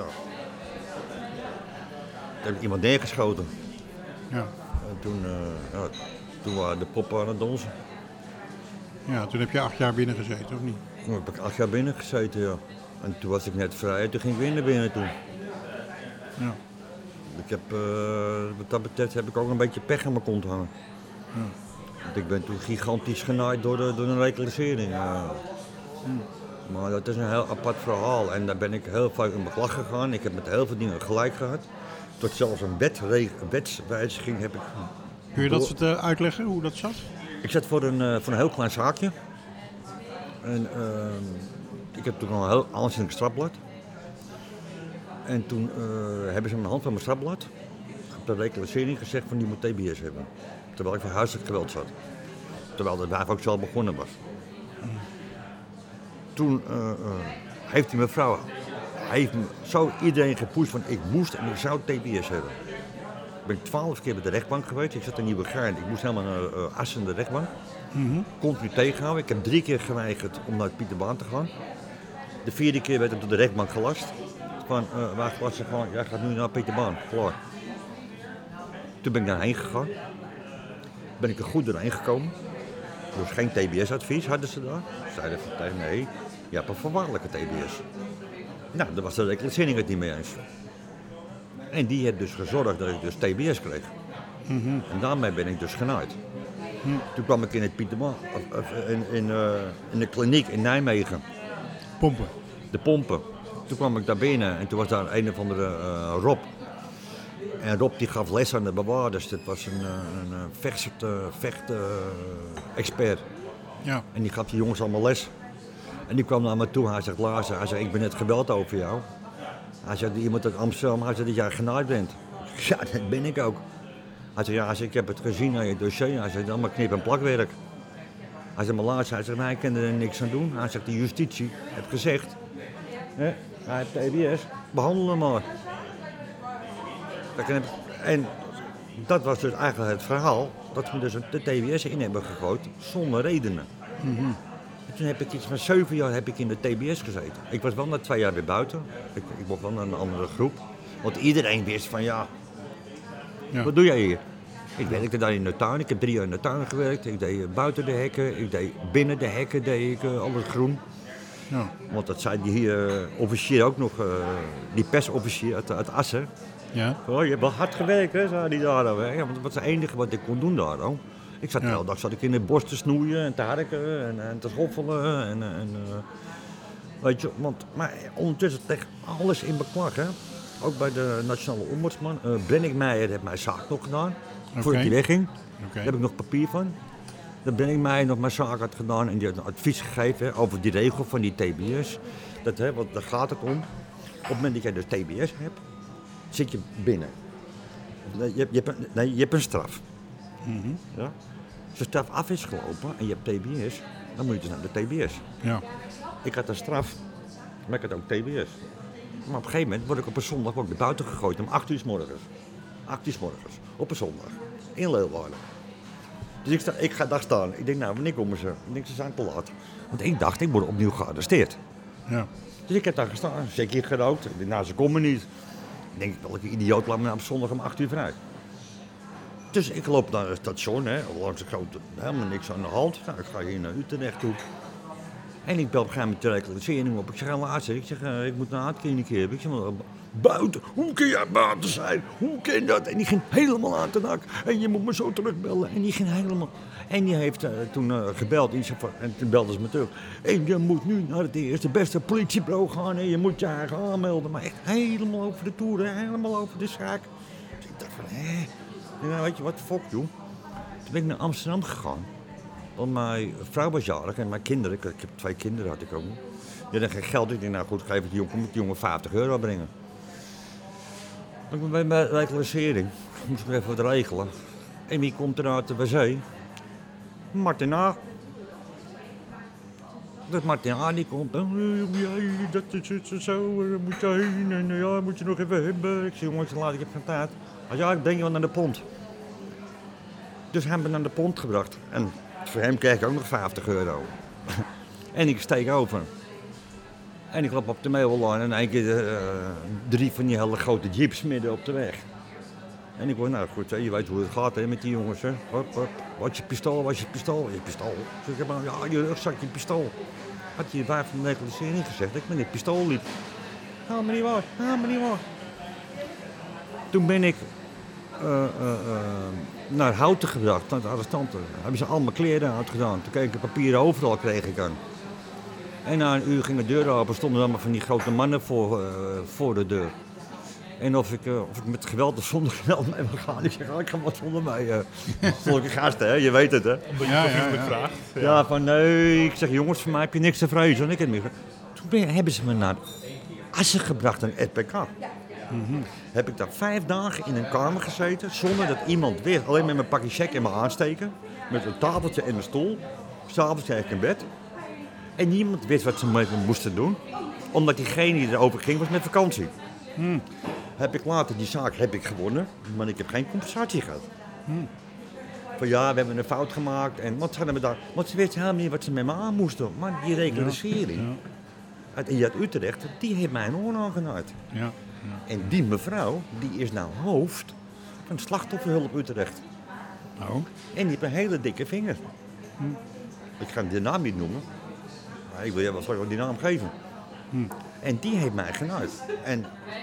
B: heb ik iemand neergeschoten.
D: Ja.
B: En toen, uh, ja, toen waren de poppen aan het dansen.
D: Ja, toen heb je acht jaar binnen gezeten, of niet?
B: Toen heb ik acht jaar binnen gezeten, ja. En toen was ik net vrij en toen ging ik weer naar binnen toe.
D: Ja.
B: Ik heb, uh, wat dat betreft heb ik ook een beetje pech aan mijn kont hangen.
D: Ja.
B: Want ik ben toen gigantisch genaaid door, de, door een reclassering. Uh.
D: Hmm.
B: Maar dat is een heel apart verhaal en daar ben ik heel vaak in beklag gegaan. Ik heb met heel veel dingen gelijk gehad. Tot zelfs een wetre- wetswijziging heb ik.
D: Kun je dat
B: door-
D: vertel- uitleggen, hoe dat zat?
B: Ik zat voor een, uh, voor een heel klein zaakje. En uh, ik heb toen al een heel aanzienlijk strafblad. En toen uh, hebben ze mijn hand van mijn strafblad op de reclassering gezegd van die moet T B S hebben. Terwijl ik voor huiselijk geweld zat. Terwijl de wijf ook zo begonnen was. Toen uh, uh, heeft die mevrouw heeft me zo iedereen gepusht van ik moest en ik zou T B S hebben. Ik ben twaalf keer bij de rechtbank geweest. Ik zat in Nieuwegein. Ik moest helemaal naar uh, Assen de rechtbank. Mm-hmm. Continu tegenhouden. Ik heb drie keer geweigerd om naar Pieterbaan te gaan. De vierde keer werd ik door de rechtbank gelast. Van, uh, waar gelast van, jij gaat nu naar Pieterbaan. Klaar. Toen ben ik daarheen gegaan. Ben ik er goed doorheen gekomen. Dus geen T B S-advies hadden ze daar. Ze zeiden van tegen nee, je hebt een voorwaardelijke T B S. Nou, daar was de reclassering het niet mee eens. En die heeft dus gezorgd dat ik dus T B S kreeg. Mm-hmm. En daarmee ben ik dus genaaid. Mm. Toen kwam ik in het Pieterbaan, in, in, uh, in de kliniek in Nijmegen.
D: Pompen.
B: De pompen. Toen kwam ik daar binnen en toen was daar een of andere uh, Rob. En Rob die gaf les aan de bewaarders. Dat was een, een, een vecht, uh, vecht uh, expert.
D: Ja.
B: En die gaf die jongens allemaal les. En die kwam naar me toe. Hij zegt, Lars, hij zegt, ik ben net gebeld over jou. Hij zegt, iemand uit Amsterdam, hij zegt dat jij genaaid bent. Ja, dat ben ik ook. Hij zegt, ja, hij zegt, ik heb het gezien aan je dossier. Hij zegt, allemaal knip- en plakwerk. Hij zegt, maar Lars, hij zegt, nee, ik kan er niks aan doen. Hij zegt, de justitie heeft gezegd, hè, hij heeft T B S, behandel hem maar. En dat was dus eigenlijk het verhaal, dat we dus de T B S in hebben gegooid, zonder redenen. Mm-hmm. Toen heb ik iets van zeven jaar heb ik in de T B S gezeten. Ik was wel na twee jaar weer buiten. Ik, ik mocht wel naar een andere groep. Want iedereen wist van ja, ja. Wat doe jij hier? Ik werkte daar in de tuin. Ik heb drie jaar in de tuin gewerkt. Ik deed buiten de hekken. Ik deed binnen de hekken deed ik uh, alles groen. Ja. Want dat zei die uh, officier ook nog, uh, die persofficier uit, uit Assen. Ja. Oh, je hebt wel hard gewerkt, hè, zei die daar. Ja, want dat was het enige wat ik kon doen daar. Hoor. Ik zat de hele dag zat ik in de borst te snoeien en te harken en, en te schoffelen. En, en, uh, weet je, want, maar ondertussen tegen alles in beklag. Hè. Ook bij de Nationale Ombudsman. Uh, Brennick Meijer heeft mijn zaak nog gedaan. Okay. Voordat hij wegging. Okay. Daar heb ik nog papier van. Dat Brennick Meijer nog mijn zaak had gedaan. En die had een advies gegeven hè, over die regel van die T B S. Dat, hè, want daar gaat het om. Op het moment dat jij dus T B S hebt, zit je binnen. Je, je, je, hebt, nee, je hebt een straf. Mm-hmm. Ja? Als je straf af is gelopen en je hebt T B S, dan moet je dus naar de T B S. Ja. Ik had een straf, maar ik had ook T B S. Maar op een gegeven moment word ik op een zondag word ik naar buiten gegooid om acht uur 's morgens. acht uur 's morgens, op een zondag, in Leeuwarden. Dus ik, sta, ik ga daar staan. Ik denk, nou, wanneer komen ze? Ik denk, ze zijn te laat. Want ik dacht, ik word opnieuw gearresteerd. Ja. Dus ik heb daar gestaan, zeker gerookt. Ik denk, nou, ze komen niet. Ik denk, welke idioot laat me nou op zondag om acht uur vrij. Dus ik loop naar het station, hè, langs de grote, helemaal niks aan de hand. Nou, ik ga hier naar Utrecht toe. En ik bel op een gegeven moment de reclassering op. Ik zeg, helaas, ik zeg, uh, ik moet naar een kliniek hebben. Ik zeg, buiten, hoe kun jij buiten zijn? Hoe kan dat? En die ging helemaal aan te nak. En je moet me zo terugbellen. En die ging helemaal... En die heeft uh, toen uh, gebeld. En, zei, en toen belden ze me terug. En je moet nu naar het eerste beste politiebureau gaan. En je moet je eigen aanmelden. Maar echt helemaal over de toeren. Helemaal over de zaak. Dus ik dacht van, hé. En dan weet je wat, fuck joh. Toen ben ik naar Amsterdam gegaan. Want mijn vrouw was jarig en mijn kinderen, ik, ik heb twee kinderen had ik ook nog. Die hadden geen geld. Ik dacht, nou goed, geef het die jongen, moet die jongen vijftig euro brengen. Ik ben bij de reclassering. Moest ik even wat regelen. En wie komt er uit de wc? Martin A. Dat Martin A die komt. Oh, ja, dat is zo, moet je heen. En ja, moet je nog even hebben. Ik zeg, jongens, laat ik heb geen tijd. Hij ja, ik breng je wel naar de pont. Dus hij heeft me naar de pont gebracht. En voor hem kreeg ik ook nog vijftig euro. En ik steek over. En ik loop op de Meubellijn en in één keer uh, drie van die hele grote jeeps midden op de weg. En ik word, nou goed, je weet hoe het gaat hè, met die jongens. Hè. Hop, hop. Wat je pistool, wat je pistool, je pistool. Zeg ik maar, ja, je rugzak, je pistool. Had je waar van de reclassering gezegd dat ik met dit pistool liep. Haal me niet waar, haal me niet waar. Toen ben ik uh, uh, uh, naar Houten gebracht, naar de arrestanten. Hebben ze al mijn kleren uitgedaan. Toen kreeg ik papieren overal, kreeg ik aan. En na een uur ging de deur open, stonden allemaal van die grote mannen voor, uh, voor de deur. En of ik, uh, of ik met geweld of zonder geweld mee wil gaan. Ik zeg, oh, ik ga wat zonder mij. Uh, Volke gasten, hè? Je weet het, hè?
A: Omdat je ja, ja, ja. vraagt.
B: Ja. ja, van nee. Ik zeg, jongens, voor mij heb je niks te vrezen. En ik heb me Toen ben, hebben ze me naar Assen gebracht, een R P K. Mm-hmm. Heb ik daar vijf dagen in een kamer gezeten, zonder dat iemand wist. Alleen met mijn pakje check en mijn aansteken. Met een tafeltje en een stoel. S'avonds kreeg ik in bed. En niemand wist wat ze met me moesten doen. Omdat diegene die erover ging, was met vakantie. Mm. Heb ik later die zaak heb ik gewonnen, maar ik heb geen compensatie gehad. Mm. Van ja, we hebben een fout gemaakt. En wat hadden we daar? Want ze wisten helemaal niet wat ze met me aan moesten. Maar die reclassering ja, ja. uit, uit Utrecht, die heeft mij een oor aangenaaid. Ja, ja. En die mevrouw, die is nou hoofd van slachtofferhulp Utrecht. Oh. En die heeft een hele dikke vinger. Hm. Ik ga de naam niet noemen. Maar ik wil je wel straks die naam geven. Hm. En die heeft mij genaaid. En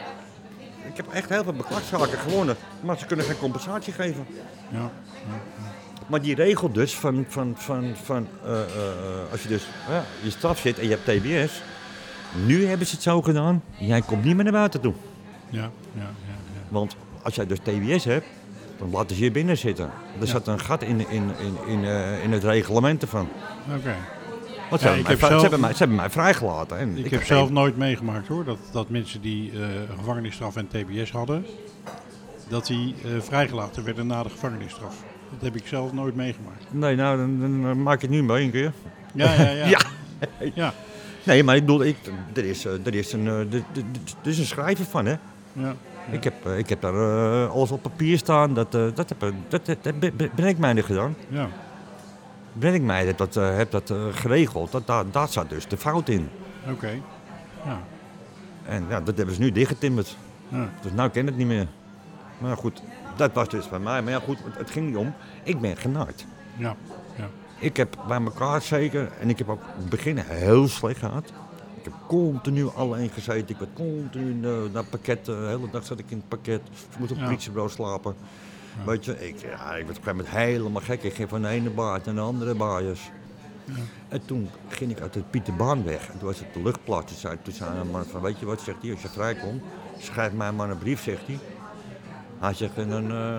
B: ik heb echt heel veel beklagzaken gewonnen, maar ze kunnen geen compensatie geven. Ja, ja, ja. Maar die regel dus van, van, van, van uh, uh, als je dus ja, je straf zit en je hebt T B S, nu hebben ze het zo gedaan, jij komt niet meer naar buiten toe. Ja, ja, ja, ja. Want als jij dus T B S hebt, dan laten ze je binnen zitten. Er ja. zat een gat in, in, in, in, uh, in het reglement ervan. Oké. Okay. Want ze, ja, hebben mij, zelf, ze, hebben mij, ze hebben mij vrijgelaten. En
D: ik,
B: ik
D: heb zelf geen... nooit meegemaakt hoor, dat, dat mensen die uh, een gevangenisstraf en T B S hadden, dat die uh, vrijgelaten werden na de gevangenisstraf. Dat heb ik zelf nooit meegemaakt.
B: Nee, nou, dan, dan maak je het nu maar één keer.
D: Ja, ja, ja.
B: ja. ja. Nee, maar ik bedoel, ik, er, is, er, is een, er, er is een schrijver van, hè. Ja. Ja. Ik, heb, ik heb daar uh, alles op papier staan, dat, uh, dat, heb, dat, dat, dat ben ik mij niet gedaan. Ja. Ben ik mij heb dat, uh, heb dat uh, geregeld, dat, daar, daar zat dus de fout in.
D: Oké. Okay. Ja.
B: En ja, dat hebben ze nu dichtgetimmerd. Ja. Dus nou ken ik het niet meer. Maar goed, dat was dus bij mij. Maar ja goed, het, het ging niet om. Ik ben genaaid. Ja. Ja. Ik heb bij elkaar zeker, en ik heb ook in het begin heel slecht gehad. Ik heb continu alleen gezeten. Ik werd continu uh, naar pakket. Uh, de hele dag zat ik in het pakket. Ik moest op het politiebureau slapen. Ja. Weet je, ik, ja, ik werd op een gegeven moment helemaal gek. Ik ging van de ene baard naar de andere baaiers. Ja. En toen ging ik uit de Pieterbaan weg. En toen was het de luchtplaats. Toen zei, toen zei een man van, weet je wat, zegt hij, als je vrijkomt, schrijf mij maar een brief, zegt hij. Hij zegt, en dan... Uh...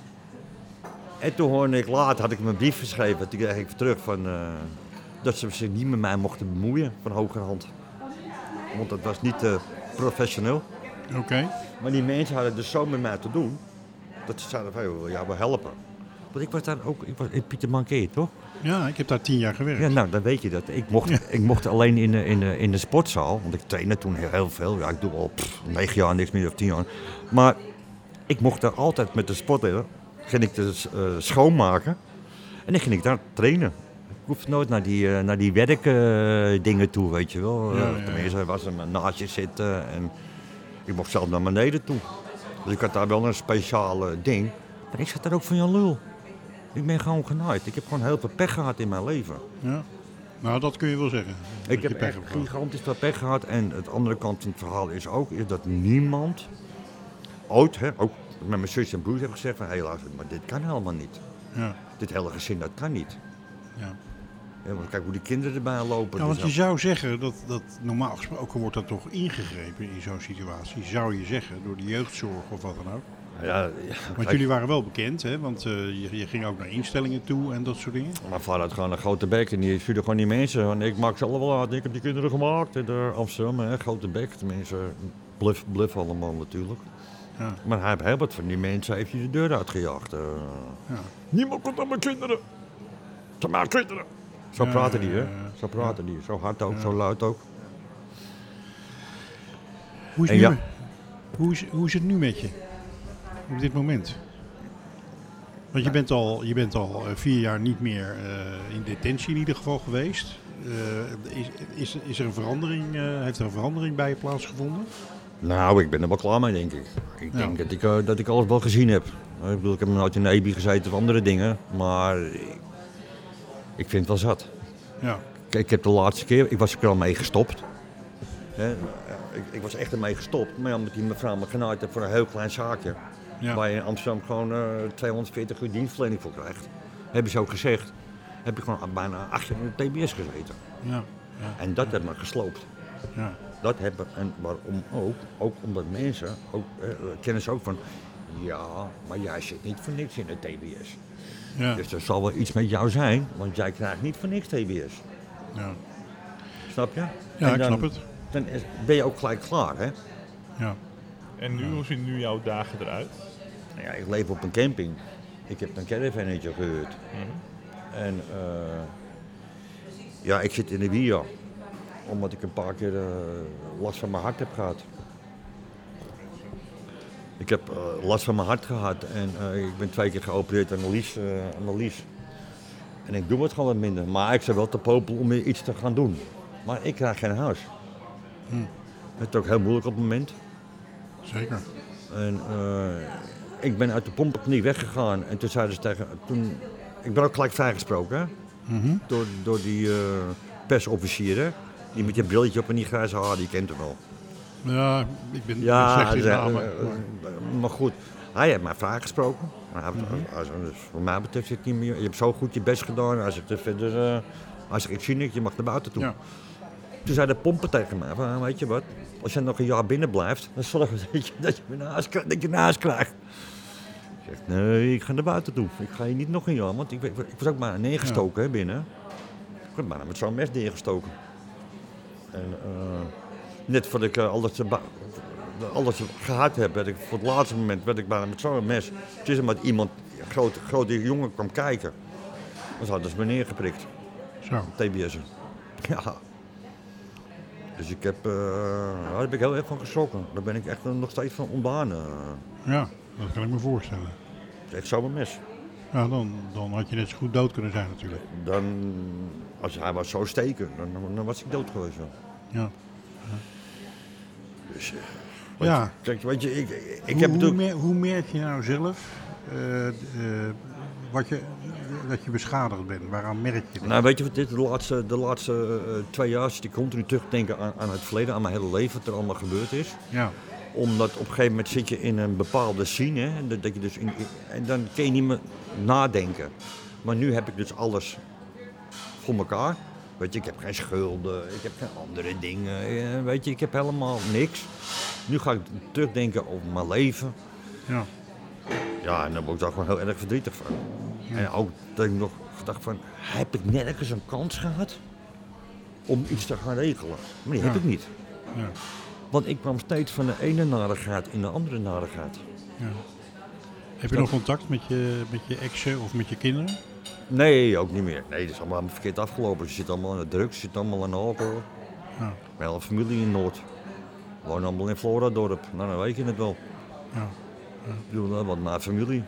B: En toen hoorde ik later, had ik hem een brief geschreven. Toen kreeg ik terug van, uh, dat ze zich niet met mij mochten bemoeien, van hogerhand. Want dat was niet uh, professioneel.
D: Oké. Okay.
B: Maar die mensen hadden dus zo met mij te doen, dat ze zeiden van, wil jou wel helpen. Want ik was daar ook, ik was in Pieterman, ken je toch?
D: Ja, ik heb daar tien jaar gewerkt.
B: Ja, nou, dan weet je dat. Ik mocht, ja. ik mocht alleen in de, in, de, in de sportzaal, want ik trainde toen heel, heel veel. Ja, ik doe al pff, negen jaar, niks meer of tien jaar. Maar ik mocht daar altijd met de sportleder, ging ik dus uh, schoonmaken en dan ging ik daar trainen. Ik hoefde nooit naar die, uh, naar die werkdingen uh, toe, weet je wel. Ja, ja, Tenminste, er was een naast je zitten en ik mocht zelf naar beneden toe. Dus ik had daar wel een speciale ding. Maar ik zat daar ook van Jan Lul. Ik ben gewoon genaaid. Ik heb gewoon heel veel pech gehad in mijn leven.
D: Ja. Nou, dat kun je wel zeggen.
B: Ik heb echt gigantisch veel pech gehad. En het andere kant van het verhaal is ook is dat niemand ooit, hè, ook met mijn zus en broers, heb gezegd van helaas, maar dit kan helemaal niet. Ja. Dit hele gezin, dat kan niet. Ja. Ja, want kijk hoe die kinderen erbij lopen.
D: Ja, want je zou zeggen dat, dat normaal gesproken wordt dat toch ingegrepen in zo'n situatie, zou je zeggen, door de jeugdzorg of wat dan ook.
B: Ja, ja,
D: want kijk, jullie waren wel bekend, hè? Want uh, je, je ging ook naar instellingen toe en dat soort dingen.
B: Mijn vader had gewoon een grote bek en die stuurde gewoon die mensen. Want ik maak ze allemaal uit, ik heb die kinderen gemaakt in de Amsterdam, hè? Grote bek. De mensen bluff, bluff allemaal natuurlijk. Ja. Maar hij heeft heel wat van die mensen heeft hij de deur uitgejaagd. Uh, ja. Niemand komt aan mijn kinderen. Het zijn mijn kinderen. Zo ja, praten die, hè? Zo praten ja. die. Zo hard ook, ja. zo luid ook.
D: Hoe is, nu, ja. hoe, is, hoe is het nu met je? Op dit moment? Want je bent al, je bent al vier jaar niet meer uh, in detentie in ieder geval geweest. Uh, is, is, is er een verandering, uh, heeft er een verandering bij je plaatsgevonden?
B: Nou, ik ben er wel klaar mee, denk ik. Ik denk ja. dat, ik, uh, dat ik alles wel gezien heb. Ik bedoel, ik heb nooit in de E B I gezeten of andere dingen, maar ik, ik vind het wel zat. Ja. Ik, ik heb de laatste keer, ik was er al mee gestopt. He, ik, ik was echt ermee gestopt, maar omdat die mevrouw me genaaid heeft voor een heel klein zaakje. Ja. Waar je in Amsterdam gewoon uh, tweehonderdveertig uur dienstverlening voor krijgt. Hebben ze ook gezegd. Heb ik gewoon bijna acht jaar in de T B S gezeten. Ja. Ja. En dat ja. heeft me gesloopt. Ja. Dat hebben, en waarom ook, ook omdat mensen, ook, eh, kennen ze ook van, ja, maar jij zit niet voor niks in de T B S. Ja. Dus er zal wel iets met jou zijn, want jij krijgt niet voor niks T B S. Ja. Snap je?
D: Ja,
B: en
D: ik
B: dan,
D: snap het.
B: Dan is, ben je ook gelijk klaar, hè?
D: Ja.
A: En nu, hoe zien nu jouw dagen eruit?
B: Nou ja, ik leef op een camping. Ik heb een caravannetje gehuurd.
A: Mhm.
B: En uh, ja, ik zit in de W I A. Omdat ik een paar keer uh, last van mijn hart heb gehad. Ik heb uh, last van mijn hart gehad en uh, ik ben twee keer geopereerd aan mijn lies. Uh, aan mijn lies. En ik doe het gewoon wat minder. Maar ik zou wel te popelen om weer iets te gaan doen. Maar ik krijg geen huis.
D: Hm.
B: Het is ook heel moeilijk op het moment.
D: Zeker.
B: En uh, ik ben uit de pompenkliniek weggegaan en toen zeiden ze tegen... Toen, ik ben ook gelijk vrijgesproken, hè?
D: Mm-hmm.
B: Door, door die uh, persofficier, hè? Die met je brilletje op en die grijze haar, die kent hem wel.
D: Ja, ik ben
B: ja,
D: slecht in
B: ze,
D: namen.
B: uh, maar. maar goed, hij heeft mij vrijgesproken. Maar hij, mm-hmm. hij, hij, dus voor mij betreft zit niet meer. Je hebt zo goed je best gedaan. Hij zegt verder, uh, hij zegt, ik zie niks, je mag naar buiten toe. Ja. Toen zei de pompen tegen mij, van, weet je wat, als je nog een jaar binnen blijft, dan zorg dat je, dat je een huis, dat je een huis krijgt. Ik zeg, nee, ik ga naar buiten toe. Ik ga hier niet nog een jaar, want ik, ik was ook maar neergestoken, ja. hè, binnen. Ik werd bijna met zo'n mes neergestoken. En uh, net voordat ik uh, alles, uh, alles gehad heb, werd ik, voor het laatste moment werd ik bijna met zo'n mes. Het is omdat iemand, een grote, grote jongen, kwam kijken. Dan hadden ze me neergeprikt.
D: Zo.
B: T B S'en. Ja. Dus ik heb, uh, daar ben ik heel erg van geschrokken. Daar ben ik echt nog steeds van ontdaan. Uh.
D: Ja, dat kan ik me voorstellen.
B: Het is echt zo'n mes.
D: Ja, dan, dan had je net zo goed dood kunnen zijn natuurlijk.
B: Dan, als hij was zo steken, dan, dan was ik dood geweest. Ja.
D: Ja.
B: ja. Dus, uh,
D: ja.
B: Kijk, weet je, ik, ik
D: hoe,
B: heb
D: hoe,
B: natuurlijk...
D: mer- hoe merk je nou zelf uh, uh, wat je, dat je beschadigd bent? Waaraan merk je dat?
B: Nou, weet je wat dit, de laatste, de laatste uh, twee jaar zit ik continu terugdenken aan, aan het verleden, aan mijn hele leven, wat er allemaal gebeurd is.
D: Ja.
B: Omdat op een gegeven moment zit je in een bepaalde scene, hè, dat, dat je dus in, in, en dan kun je niet meer nadenken. Maar nu heb ik dus alles voor elkaar. Weet je, ik heb geen schulden, ik heb geen andere dingen, weet je, ik heb helemaal niks. Nu ga ik terugdenken over mijn leven.
D: Ja.
B: Ja, en daar word ik daar gewoon heel erg verdrietig van. Ja. En ook dat ik nog gedacht van, heb ik nergens een kans gehad om iets te gaan regelen? Maar die ja. heb ik niet.
D: Ja.
B: Want ik kwam steeds van de ene narigheid in de andere narigheid.
D: Ja. Heb je dat... nog contact met je, met je exen of met je kinderen?
B: Nee, ook niet meer. Nee, dat is allemaal verkeerd afgelopen. Ze zitten allemaal aan de drugs, ze zitten allemaal aan de alcohol.
D: Ja.
B: Mijn hele familie in Noord. We wonen allemaal in Floradorp. Nou, dan weet je het wel.
D: Ja. Ja.
B: Ik bedoel, dat, want mijn familie.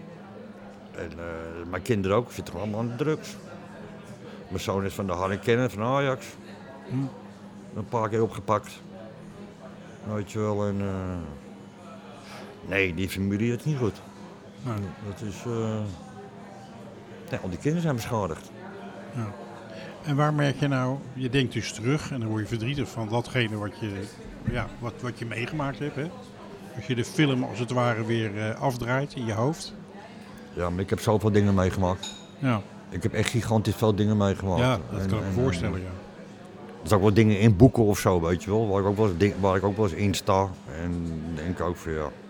B: En uh, mijn kinderen ook, zitten allemaal aan de drugs. Mijn zoon is van de Harren van Ajax. Hm. Een paar keer opgepakt. Weet je wel, en... Uh... Nee, die familie is niet goed.
D: Ja.
B: Dat is... Uh... Nee, al die kinderen zijn beschadigd.
D: Ja. En waar merk je nou, je denkt dus terug en dan word je verdrietig van datgene wat je, ja, wat, wat je meegemaakt hebt. Hè? Als je de film als het ware weer uh, afdraait in je hoofd.
B: Ja, maar ik heb zoveel dingen meegemaakt.
D: Ja.
B: Ik heb echt gigantisch veel dingen meegemaakt.
D: Ja, dat
B: en,
D: kan ik me voorstellen,
B: en,
D: ja.
B: Er zijn ook wel dingen in boeken of zo, weet je wel, waar ik ook wel eens, waar ik ook wel eens in sta. En denk ook van ja,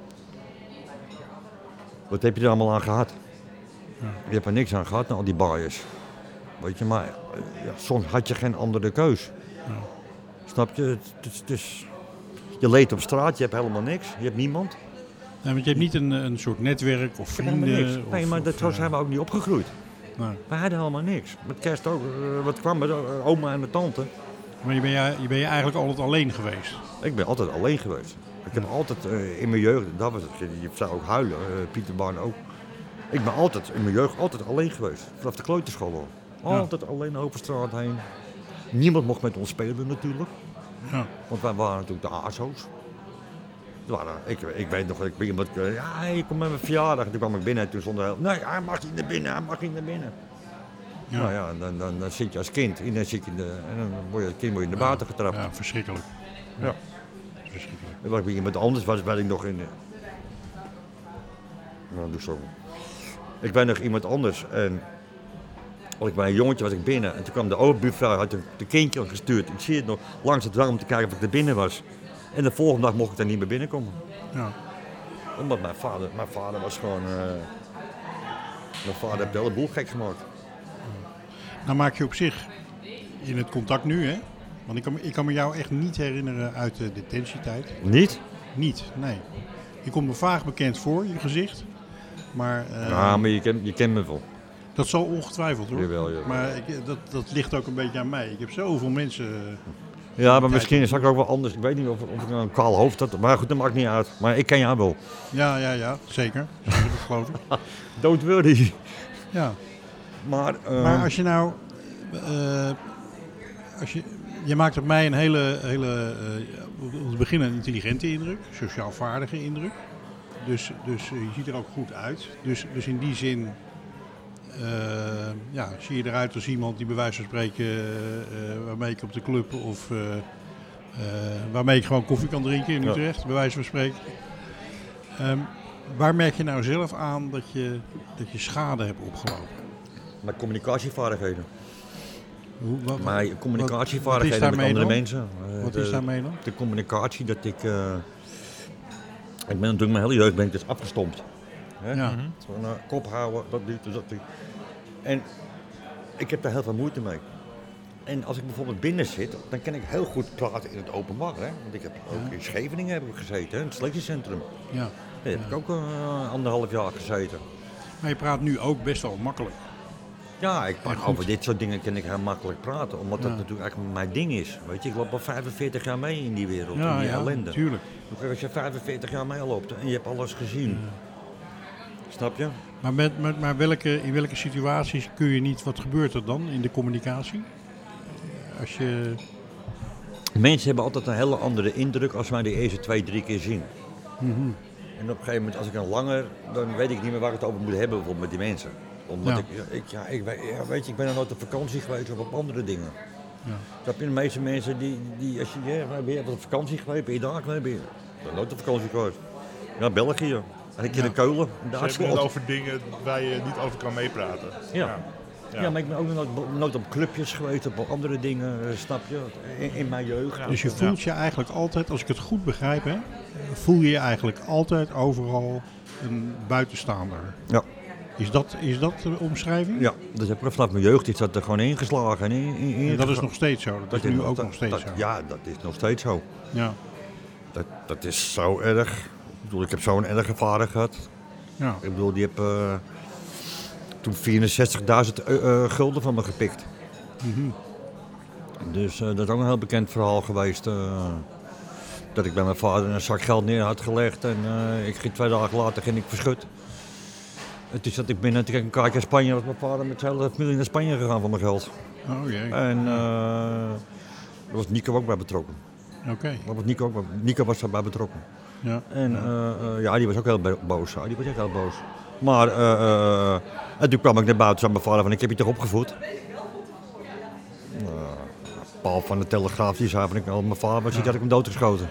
B: wat heb je er allemaal aan gehad? Ja. Je hebt er niks aan gehad, al die bias. Weet je, maar ja, soms had je geen andere keus. Ja. Snap je? Het, het, het is, je leeft op straat, je hebt helemaal niks, je hebt niemand.
D: Ja, want je hebt niet een, een soort netwerk of vrienden? Of,
B: nee, maar dat,
D: of,
B: zo zijn we ook niet opgegroeid.
D: Nee.
B: We hadden helemaal niks. Met kerst ook, uh, wat kwam er, uh, oma en de tante.
D: Maar je ben je, je ben je eigenlijk altijd alleen geweest?
B: Ik ben altijd alleen geweest. Ik heb altijd uh, in mijn jeugd, dat was het, je zou ook huilen, uh, Pieter Baan ook. Ik ben altijd in mijn jeugd altijd alleen geweest. Vanaf de kleuterschool al. Altijd ja. alleen over straat heen. Niemand mocht met ons spelen natuurlijk.
D: Ja.
B: Want wij waren natuurlijk de A S O's. Waren, ik, ik weet nog, ik ben iemand, ja, ik kom met mijn verjaardag. Toen kwam ik binnen en toen stond er, nee, hij mag niet naar binnen, hij mag niet naar binnen. Ja. Nou ja, dan, dan, dan zit je als kind en dan, zit je de, en dan word je als kind word je in de buiten ja. getrapt.
D: Ja, verschrikkelijk. Ja.
B: Ja.
D: Verschrikkelijk.
B: En was ik iemand anders was, werd ik nog in de... Nou, doe zo. Ik ben nog iemand anders en als ik bij een jongetje was ik binnen en toen kwam de overbuurvrouw, had een kindje al gestuurd. Ik zie het nog langs het drang om te kijken of ik er binnen was. En de volgende dag mocht ik daar niet meer binnenkomen.
D: Ja.
B: Omdat mijn vader, mijn vader was gewoon, uh, mijn vader heeft de hele boel gek gemaakt.
D: Nou maak je op zich in het contact nu, hè, Want ik kan, me- ik kan me jou echt niet herinneren uit de detentietijd.
B: Niet?
D: Niet, nee. Je komt me vaag bekend voor, je gezicht. Maar, uh,
B: Ja, maar je kent, je kent me wel.
D: dat zal ongetwijfeld hoor.
B: Jawel, jawel.
D: Maar ik, dat, dat ligt ook een beetje aan mij. Ik heb zoveel mensen... Uh,
B: Ja, maar misschien is het ook wel anders. Ik weet niet of, of ik een kaal hoofd had. Maar goed, dat maakt niet uit. Maar ik ken jou wel.
D: ja, ja, ja, zeker. zeker dat geloof ik.
B: Don't worry.
D: Ja.
B: Maar, uh,
D: Maar als je nou... Uh, als je, je maakt op mij een hele, hele uh, om te beginnen een intelligente indruk. Sociaal vaardige indruk. Dus, dus uh, je ziet er ook goed uit. Dus, dus in die zin... Uh, ja, zie je eruit als iemand die bij wijze van spreken, uh, uh, waarmee ik op de club of uh, uh, waarmee ik gewoon koffie kan drinken in Utrecht, ja. bij wijze van spreken. Um, waar merk je nou zelf aan dat je, dat je schade hebt opgelopen?
B: Mijn communicatievaardigheden.
D: Hoe, wat,
B: Mijn communicatievaardigheden met andere
D: dan?
B: mensen. Uh,
D: wat
B: de,
D: is daarmee dan?
B: De communicatie dat ik... Uh, ik ben natuurlijk mijn hele jeugd ben ik dus afgestompt. Hè?
D: Ja.
B: Mm-hmm. Zo'n uh, kop houden, dat niet, dat niet. En ik heb daar heel veel moeite mee. En als ik bijvoorbeeld binnen zit, dan kan ik heel goed praten in het openbaar. Hè? Want ik heb ook in Scheveningen heb ik gezeten, hè? Het selectiecentrum.
D: Ja.
B: Daar heb
D: ja.
B: ik ook uh, anderhalf jaar gezeten.
D: Maar je praat nu ook best wel makkelijk.
B: Ja, ik praat over dit soort dingen kan ik heel makkelijk praten, omdat ja. dat natuurlijk eigenlijk mijn ding is. Weet je, ik loop al vijfenveertig jaar mee in die wereld,
D: ja,
B: in die
D: ja,
B: ellende.
D: Natuurlijk.
B: Als je vijfenveertig jaar mee loopt en je hebt alles gezien, ja. Snap je?
D: Maar, met, met, maar welke, in welke situaties kun je niet, wat gebeurt er dan in de communicatie? Als je...
B: Mensen hebben altijd een hele andere indruk als wij de eerste twee, drie keer zien.
D: Mm-hmm.
B: En op een gegeven moment, als ik dan langer, dan weet ik niet meer waar ik het over moet hebben, bijvoorbeeld met die mensen. Omdat
D: ja.
B: ik, ik, ja, ik, ja, weet je, ik ben er nooit op vakantie geweest of op andere dingen.
D: Ja.
B: Dat de meeste mensen die, die als je, ja, ben je op vakantie geweest, ben je daar geweest, ben je ben nooit op vakantie geweest. Ja, België. En ik keer
A: ja.
B: in Keulen.
A: Ze hebben het over dingen waar je niet over kan meepraten.
B: Ja. Ja. Ja. ja, maar ik ben ook nooit, nooit op clubjes geweest, op andere dingen, snap je, in, in mijn jeugd.
D: Ja. Dus je voelt ja. je eigenlijk altijd, als ik het goed begrijp, hè, voel je je eigenlijk altijd overal een buitenstaander.
B: Ja.
D: Is dat, is dat de omschrijving?
B: Ja, dus heb ik vanaf mijn jeugd is dat er gewoon ingeslagen. En, in, in, in
D: en dat is nog steeds zo? Dat, dat is nu ook
B: dat,
D: nog steeds
B: dat,
D: zo?
B: Ja, dat is nog steeds zo.
D: Ja.
B: Dat, dat is zo erg. Ik bedoel, ik heb zo'n erge vader gehad.
D: Ja.
B: Ik bedoel, die heb uh, toen vierenzestigduizend uh, uh, gulden van me gepikt.
D: Mm-hmm.
B: Dus uh, dat is ook een heel bekend verhaal geweest. Uh, dat ik bij mijn vader een zak geld neer had gelegd en uh, ik ging twee dagen later ging ik verschut. En toen zat ik binnen en toen kreeg ik een kaartje naar Spanje. Was mijn vader met zijn hele familie naar Spanje gegaan voor mijn geld.
D: Oh jee.
B: En uh, daar was Nico ook bij betrokken.
D: Oké. Okay.
B: Was Nico, ook bij, Nico was daarbij betrokken.
D: Ja.
B: En uh, uh, ja, die was ook heel boos. Die was echt heel boos. Maar uh, uh, en toen kwam ik naar buiten, zei mijn vader van ik heb je toch opgevoed. Uh, Paul van de Telegraaf die zei van ik, mijn vader was, ja. had ik hem doodgeschoten.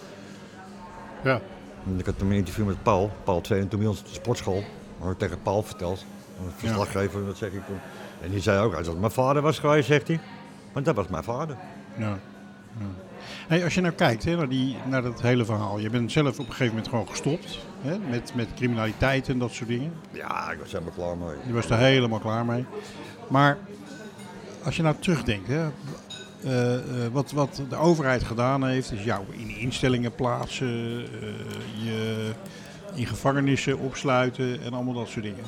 D: Ja.
B: En ik had een interview met Paul, Paul twee en toen bij ons op de sportschool. Had ik tegen Paul verteld. Een verslaggever, ja. dat zeg ik toen. En die zei ook, als het mijn vader was geweest, zegt hij. Want dat was mijn vader.
D: Ja. Ja. Hey, als je nou kijkt hè, naar, die, naar dat hele verhaal. Je bent zelf op een gegeven moment gewoon gestopt. Hè, met, met criminaliteit en dat soort dingen.
B: Ja, ik was helemaal klaar mee.
D: Je was er helemaal klaar mee. Maar als je nou terugdenkt. Hè, uh, uh, wat, wat de overheid gedaan heeft. Is jou in instellingen plaatsen. Uh, je in gevangenissen opsluiten en allemaal dat soort dingen.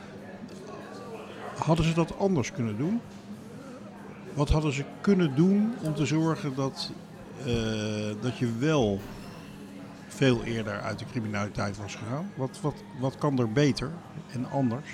D: Hadden ze dat anders kunnen doen? Wat hadden ze kunnen doen om te zorgen dat, uh, dat je wel veel eerder uit de criminaliteit was gegaan? Wat, wat, wat kan er beter en anders?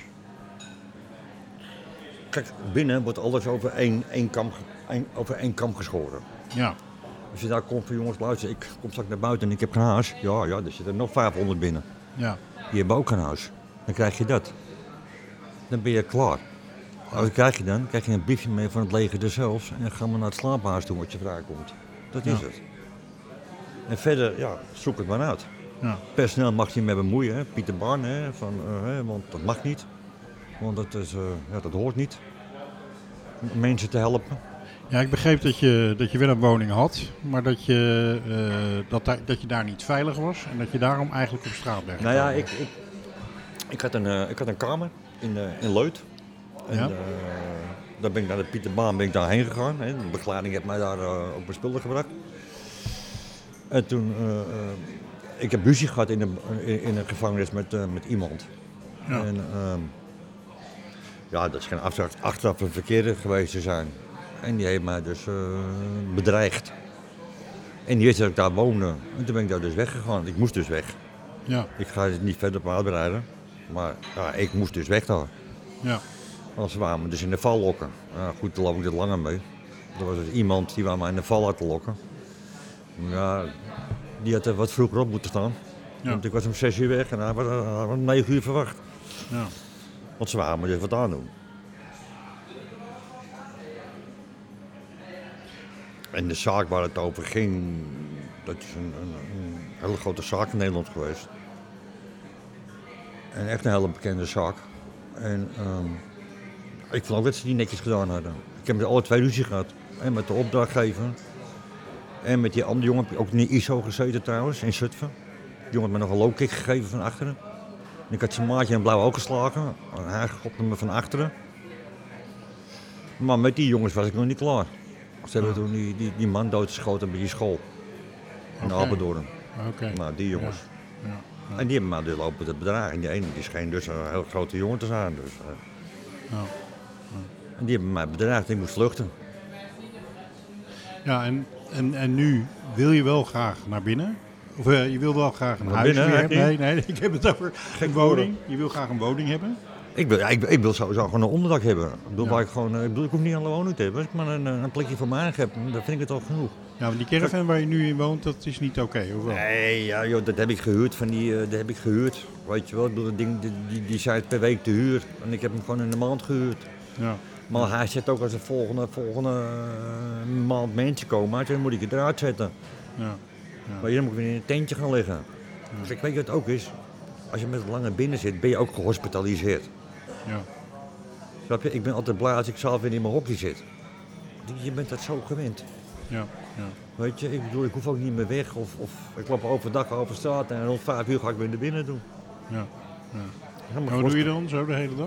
B: Kijk, binnen wordt alles over één, één, kam, één, over één kam geschoren.
D: Ja.
B: Als je daar komt van jongens, luister, ik kom straks naar buiten en ik heb geen huis. Ja, ja, er zitten nog vijfhonderd binnen.
D: Ja.
B: Die hebben ook geen huis. Dan krijg je dat. Dan ben je klaar. Wat krijg je dan? krijg je een briefje mee van het leger er zelfs. En dan gaan we naar het slaaphuis toe als je vrijkomt. Dat is ja. het. En verder, ja, zoek het maar uit.
D: Ja.
B: Personeel mag je niet mee bemoeien. Hè? Pieter Barn, hè? Van, uh, hè? want dat mag niet. Want dat, is, uh, ja, dat hoort niet. Om mensen te helpen.
D: Ja, ik begreep dat je, dat je wel een woning had, maar dat je, uh, dat, daar, dat je daar niet veilig was. En dat je daarom eigenlijk op straat bent.
B: Nou ja, ik, ik, ik, had een, uh, ik had een kamer in, uh, in Leuth. En,
D: ja?
B: uh, Dan ben ik naar de Pieterbaan ben ik daarheen gegaan. Hè. De begeleiding heeft mij daar uh, op mijn spullen gebracht. En toen, uh, uh, ik heb ruzie gehad in een, in, in een gevangenis met, uh, met iemand. Ja. En, uh, ja, dat is geen afdracht, achteraf een verkeerde geweest te zijn. En die heeft mij dus uh, bedreigd. En die wist dat ik daar woonde. En toen ben ik daar dus weggegaan. Ik moest dus weg.
D: Ja.
B: Ik ga het niet verder op uitbreiden. Maar ja, ik moest dus weg daar.
D: Ja.
B: Als ze waren me dus in de val lokken. Ja, goed, daar loop ik er langer mee. Er was dus iemand die wou mij in de val laten lokken. Ja, die had er wat vroeger op moeten staan. Ja. Want ik was om zes uur weg en hij was, hij was om negen uur verwacht.
D: Ja.
B: Want ze waren me dus wat aan doen. En de zaak waar het over ging, dat is een, een, een hele grote zaak in Nederland geweest. En echt een hele bekende zaak. En um, ik vond ook dat ze die netjes gedaan hadden. Ik heb met alle twee ruzie gehad. En met de opdrachtgever. En met die andere jongen heb ik ook in de I S O gezeten trouwens, in Zutphen. Die jongen had me nog een low kick gegeven van achteren. En ik had zijn maatje in een blauw oog geslagen. En hij schopte me van achteren. Maar met die jongens was ik nog niet klaar. Ze hebben toen die, die, die man doodgeschoten bij die school. In
D: Okay.
B: Apeldoorn.
D: Okay.
B: Nou, die jongens.
D: Ja. Ja. Ja.
B: En die hebben mij dus lopen te bedragen. En die ene die scheen dus een heel grote jongen te zijn. Dus, uh.
D: Ja. Ja.
B: En die hebben mij bedreigd. Ik moest vluchten.
D: Ja, en, en, en nu wil je wel graag naar binnen? Of uh, je wil wel graag een
B: naar
D: huis
B: binnen,
D: weer hebben?
B: Nee,
D: nee, nee, ik heb het over een woning. Je wil graag een woning hebben?
B: Ik wil, ik, ik wil sowieso gewoon een onderdak hebben. Ik bedoel,
D: Ja.
B: waar ik, gewoon, ik, bedoel, ik hoef niet aan de woning te hebben. Als ik maar een, een plekje voor mij heb, dan vind ik het al genoeg.
D: Ja, want die caravan waar je nu in woont, dat is niet oké, okay, of wel?
B: Nee, ja, joh, dat heb ik gehuurd. Van die, uh, dat heb ik gehuurd. Weet je wel, ik bedoel, dat ding, die, die, die zei per week te huur. En ik heb hem gewoon in de maand gehuurd.
D: Ja.
B: Maar hij zegt ook als er volgende, volgende uh, maand mensen komen, dan moet ik het eruit zetten.
D: Ja. Ja.
B: Maar dan moet ik weer in een tentje gaan liggen.
D: Ja.
B: Dus ik weet je wat het ook is? Als je met het lange binnen zit, ben je ook gehospitaliseerd.
D: Ja.
B: Snap je? Ik ben altijd blij als ik zelf weer in mijn hokje zit. Je bent dat zo gewend.
D: Ja. Ja.
B: Weet je, ik bedoel, ik hoef ook niet meer weg. Of, of ik loop overdag over straat en rond vijf uur ga ik weer naar binnen doen.
D: Ja. Ja.
B: En
D: wat doe je dan zo de hele dag?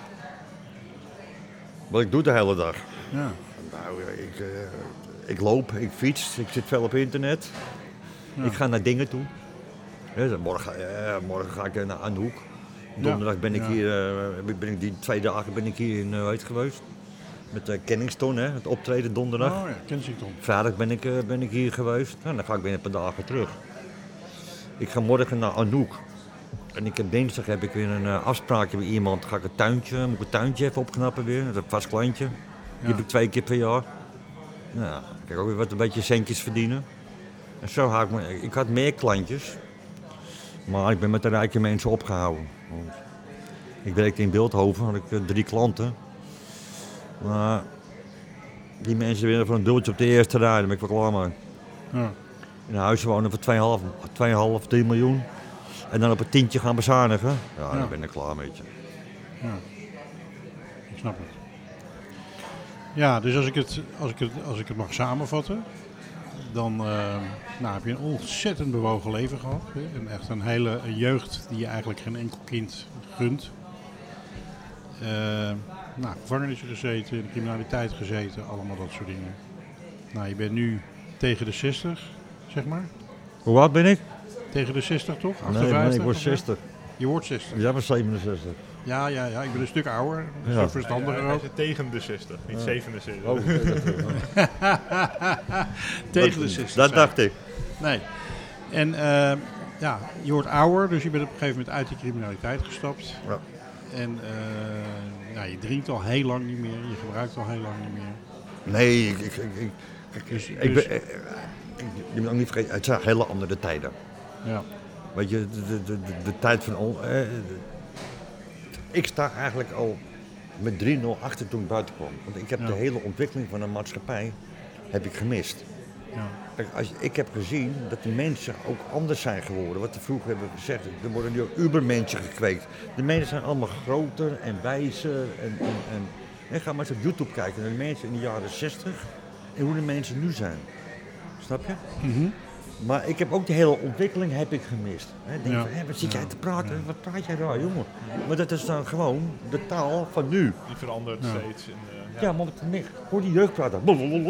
B: Wat ik doe de hele dag?
D: Ja.
B: Nou, ik, uh, ik loop, ik fiets, ik zit veel op internet. Ja. Ik ga naar dingen toe. Ja, morgen, uh, morgen ga ik naar Anouk. Donderdag ben ik ja. hier, uh, ben ik die twee dagen ben ik hier in uh, weet geweest. Met uh, Kensington, hè, het optreden donderdag.
D: Oh ja, Kensington.
B: Vrijdag ben ik, uh, ben ik hier geweest. Nou, dan ga ik weer een paar dagen terug. Ik ga morgen naar Anouk. En ik heb dinsdag heb ik weer een uh, afspraakje bij iemand. Ga ik een tuintje, moet ik een tuintje even opknappen weer. Dat is een vast klantje. Die ja. heb ik twee keer per jaar. Nou, dan kan ik ook weer wat een beetje centjes verdienen. En zo haak ik me. Ik had meer klantjes. Maar ik ben met de rijke mensen opgehouden. Want ik werkte in Beeldhoven, had ik uh, drie klanten. Maar die mensen willen voor een dubbeltje op de eerste rij, daar ben ik wel klaar mee. Ja. In een huis wonen voor twee komma vijf, drie miljoen. En dan op een tientje gaan bezuinigen. Ja, ja. Dan ben ik klaar met je.
D: Ja, ik snap het. Ja, dus als ik het, als ik het, als ik het mag samenvatten, dan uh, nou, heb je een ontzettend bewogen leven gehad. Hè? En echt een hele een jeugd die je eigenlijk geen enkel kind gunt. Uh, nou, gevangenissen gezeten, in de criminaliteit gezeten, allemaal dat soort dingen. Nou, je bent nu tegen de zestig, zeg maar.
B: Hoe oud ben ik?
D: Tegen de zestig toch?
B: achtenvijftig? Nee, nee, ik word zestig.
D: Je wordt zestig?
B: Ja, maar zevenenzestig.
D: Ja, ja, ja, ik ben een stuk ouder, een
B: ja.
D: stuk verstandiger ook.
A: Hij is tegen de zestig, niet ja. zevenenzestig.
B: Oh,
D: tegen de zestig.
B: Dat dacht ik.
D: Nee. En uh, ja, je wordt ouder, dus je bent op een gegeven moment uit die criminaliteit gestapt.
B: Ja.
D: En uh, ja, je drinkt al heel lang niet meer, je gebruikt al heel lang niet meer.
B: Nee, ik, ik, ik, ik,
D: dus,
B: ik
D: dus,
B: ben, ik, je moet ook niet vergeten, het zijn hele andere tijden.
D: Ja.
B: Weet je, de, de, de, de tijd van... Eh, de, ik sta eigenlijk al met drie nul achter toen ik buiten kwam. Want ik heb ja. de hele ontwikkeling van de maatschappij heb ik gemist.
D: Ja.
B: Kijk, als, ik heb gezien dat de mensen ook anders zijn geworden. Wat we vroeger hebben gezegd, er worden nu ook ubermensen gekweekt. De mensen zijn allemaal groter en wijzer. En, en, en, en ga maar eens op YouTube kijken naar de mensen in de jaren zestig en hoe de mensen nu zijn. Snap je?
D: Mm-hmm.
B: Maar ik heb ook de hele ontwikkeling heb ik gemist. He, denk
D: ja.
B: van, hé, wat zit jij
D: ja.
B: te praten?
D: Ja.
B: Wat praat jij daar, jongen? Maar dat is dan gewoon de taal van nu.
A: Die verandert
D: ja.
A: steeds. In de...
B: Ja, want ik hoor die jeugd praten.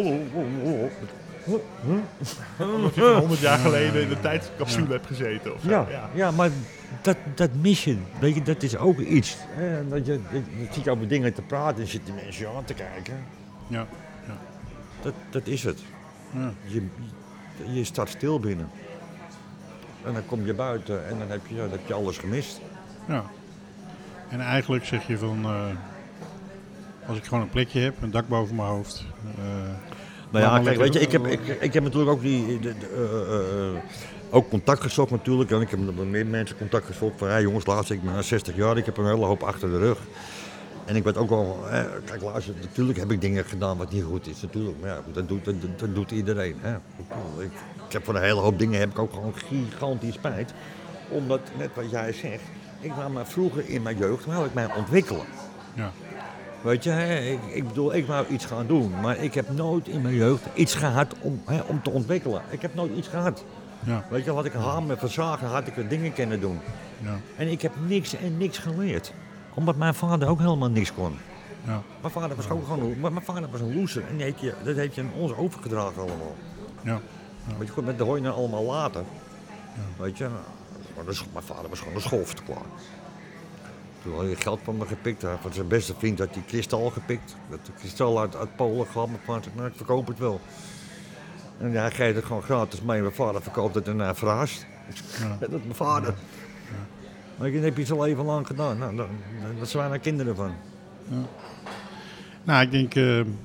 A: Omdat je van honderd jaar geleden in de tijdscapsule ja. hebt gezeten. Of zo.
B: Ja,
A: ja.
B: ja, maar dat, dat mis je. Weet je, dat is ook iets. Hè? Dat je, dat, dat zit je over dingen te praten en zitten mensen aan te kijken.
D: Ja, ja.
B: Dat, dat is het.
D: Ja.
B: Je, je staat stil binnen. En dan kom je buiten en dan heb je, dan heb je alles gemist.
D: Ja. En eigenlijk zeg je van, uh, als ik gewoon een plekje heb, een dak boven mijn hoofd. Uh,
B: nou ja, kijk, weet je, ik heb, ik, ik heb natuurlijk ook die, de, de, uh, uh, ook contact gezocht natuurlijk. En ik heb met meer mensen contact gezocht van, hey jongens, laatst ik ben zestig jaar, ik heb een hele hoop achter de rug. En ik weet ook wel, eh, kijk luister, natuurlijk heb ik dingen gedaan wat niet goed is, natuurlijk. Maar ja, dat doet, dat, dat doet iedereen. Hè. Ik, ik heb voor een hele hoop dingen heb ik ook gewoon gigantisch spijt. Omdat, net wat jij zegt, ik wou me vroeger in mijn jeugd wou ik mij ontwikkelen.
D: Ja.
B: Weet je, hè, ik, ik bedoel, ik wou iets gaan doen, maar ik heb nooit in mijn jeugd iets gehad om, hè, om te ontwikkelen. Ik heb nooit iets gehad.
D: Ja.
B: Weet je, had ik een hamer verzagen, had ik er dingen kunnen doen.
D: Ja.
B: En ik heb niks en niks geleerd. Omdat mijn vader ook helemaal niks kon.
D: Ja.
B: Mijn vader was ook gewoon, mijn vader was een loser en dat heeft je, dat heeft je aan ons overgedragen allemaal.
D: Ja. Ja.
B: Weet je, goed, met de hooi allemaal later.
D: Ja.
B: Weet je, mijn vader was gewoon een schoft klaar. Toen had hij geld van me gepikt, hij had van zijn beste vriend had hij kristal gepikt. Dat kristal uit, uit Polen kwam, maar van nou, ik verkoop het wel. En hij geeft het gewoon gratis mee, mijn vader verkoopt het en hij verrast. Ja. Dat is mijn vader. Ja. Maar dat heb je zo even lang gedaan, nou, daar, daar zijn wij kinderen van.
D: Ja. Nou, ik denk, uh, um,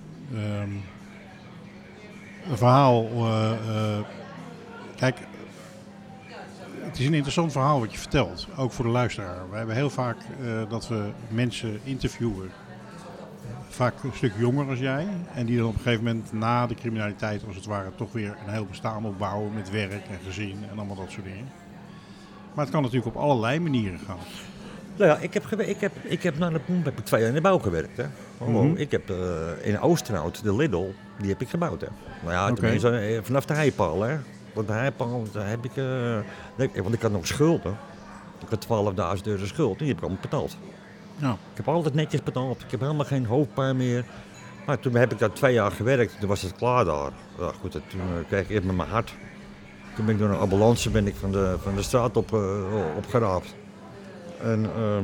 D: een verhaal, uh, uh, kijk, het is een interessant verhaal wat je vertelt, ook voor de luisteraar. We hebben heel vaak uh, dat we mensen interviewen, vaak een stuk jonger als jij, en die dan op een gegeven moment na de criminaliteit als het ware toch weer een heel bestaan opbouwen met werk en gezin en allemaal dat soort dingen. Maar het kan natuurlijk op allerlei manieren gaan.
B: Nou ja, ik heb, ik heb, ik heb na de pomp heb ik twee jaar in de bouw gewerkt. Hè. Mm-hmm. Ik heb uh, in Oosterhout, de Lidl, die heb ik gebouwd. Hè. Nou ja, okay. tenminste, vanaf de heipaal. Hè. Want de heipaal heb ik, uh, want ik had nog schulden. Ik had twaalfduizend euro schuld, die heb ik allemaal betaald.
D: Ja.
B: Ik heb altijd netjes betaald, ik heb helemaal geen hoofdpijn meer. Maar toen heb ik daar twee jaar gewerkt, toen was het klaar daar. Ja, goed, toen uh, kreeg ik eerst met mijn hart. Toen ben ik door een ambulance ben ik van de, van de straat op, uh, opgeraapt. En uh,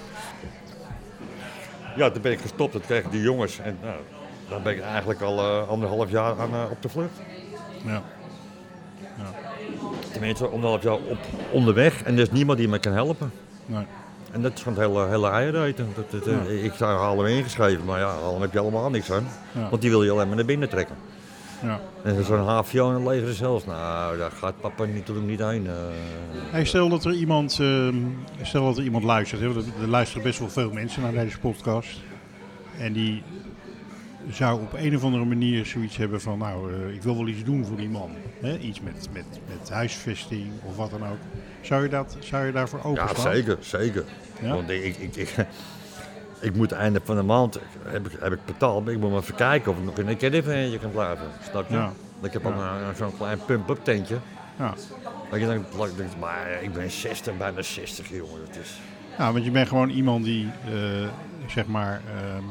B: ja, toen ben ik gestopt, dat kregen die jongens. En nou, dan ben ik eigenlijk al uh, anderhalf jaar aan, uh, op de vlucht.
D: Ja. Ja.
B: Tenminste, anderhalf jaar op, onderweg en er is niemand die me kan helpen.
D: Nee.
B: En dat is gewoon het hele, hele eiereten. Dat, dat, ja. Ik zou halen ingeschreven, maar ja, halen heb je allemaal niks aan. Ja. Want die wil je alleen maar naar binnen trekken.
D: Ja.
B: En zo'n H V O en een leger zelfs, nou, daar gaat papa natuurlijk niet heen. Uh,
D: hey, stel dat er iemand, uh, stel dat er iemand luistert, hè? Er luisteren best wel veel mensen naar deze podcast. En die zou op een of andere manier zoiets hebben van, nou, uh, ik wil wel iets doen voor die man. Hè? Iets met, met, met huisvesting of wat dan ook. Zou je, dat, zou je daarvoor openstaan?
B: Ja, zeker, zeker. Ja? Want ik, ik, ik, ik moet het einde van de maand, heb ik, heb ik betaald, maar ik moet maar even kijken of ik nog in een caravan kan blijven. Snap je? Ja. Ik heb ook ja. zo'n klein pump-up tentje.
D: Ja.
B: Dat je dan, maar ik ben zestig, bijna zestig, jongen. Het is...
D: Ja, want je bent gewoon iemand die, uh, zeg maar, uh,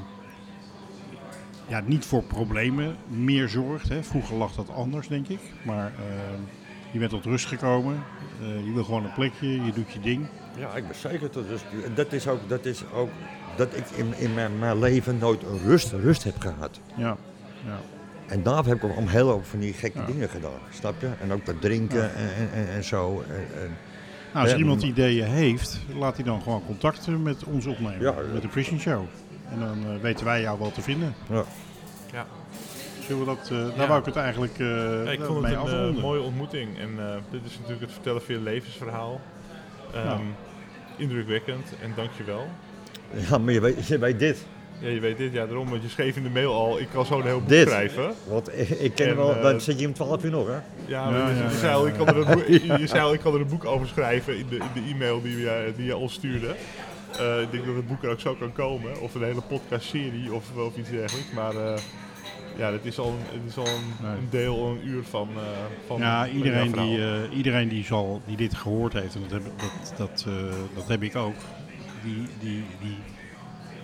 D: ja, niet voor problemen meer zorgt. Hè. Vroeger lag dat anders, denk ik. Maar uh, je bent tot rust gekomen. Uh, je wil gewoon een plekje, je doet je ding.
B: Ja, ik ben zeker tot rust. Dat is ook, dat is ook dat ik in, in mijn, mijn leven nooit rust, rust heb gehad.
D: Ja, ja.
B: En daar heb ik ook om heel veel van die gekke ja. dingen gedaan, snap je? En ook dat drinken ja. en, en, en zo. En, en,
D: nou, als ja, iemand ideeën heeft, laat hij dan gewoon contacten met ons opnemen, ja, met de Prison Show. En dan uh, weten wij jou wel te vinden.
B: Ja.
A: Ja.
D: Zullen we dat, uh, daar ja. wou ik het eigenlijk uh,
A: ja, ik vond het een uh, mooie ontmoeting. En uh, dit is natuurlijk het vertellen van je levensverhaal. Um, ja. Indrukwekkend en dankjewel.
B: Ja, maar je weet, je weet dit.
A: Ja, je weet dit, ja, daarom, want je schreef in de mail al, ik kan zo een heel boek
B: dit.
A: schrijven.
B: Want ik, ik ken en, wel, uh, dan zit je om twaalf uur nog, hè?
A: Ja, ja, je, ja, je, zei al, ik kan er een boek, je, je zei al, ik kan er een boek over schrijven in de, in de e-mail die je, die je ons stuurde. Uh, ik denk dat het boek er ook zo kan komen, of een hele podcastserie of, of iets dergelijks, maar uh, ja, het is al, een, het is al een, nee. een deel, een uur van, uh, van
D: ja, iedereen die, uh, iedereen die, zal, die dit gehoord heeft, en dat heb, dat, dat, uh, dat heb ik ook, die... die, die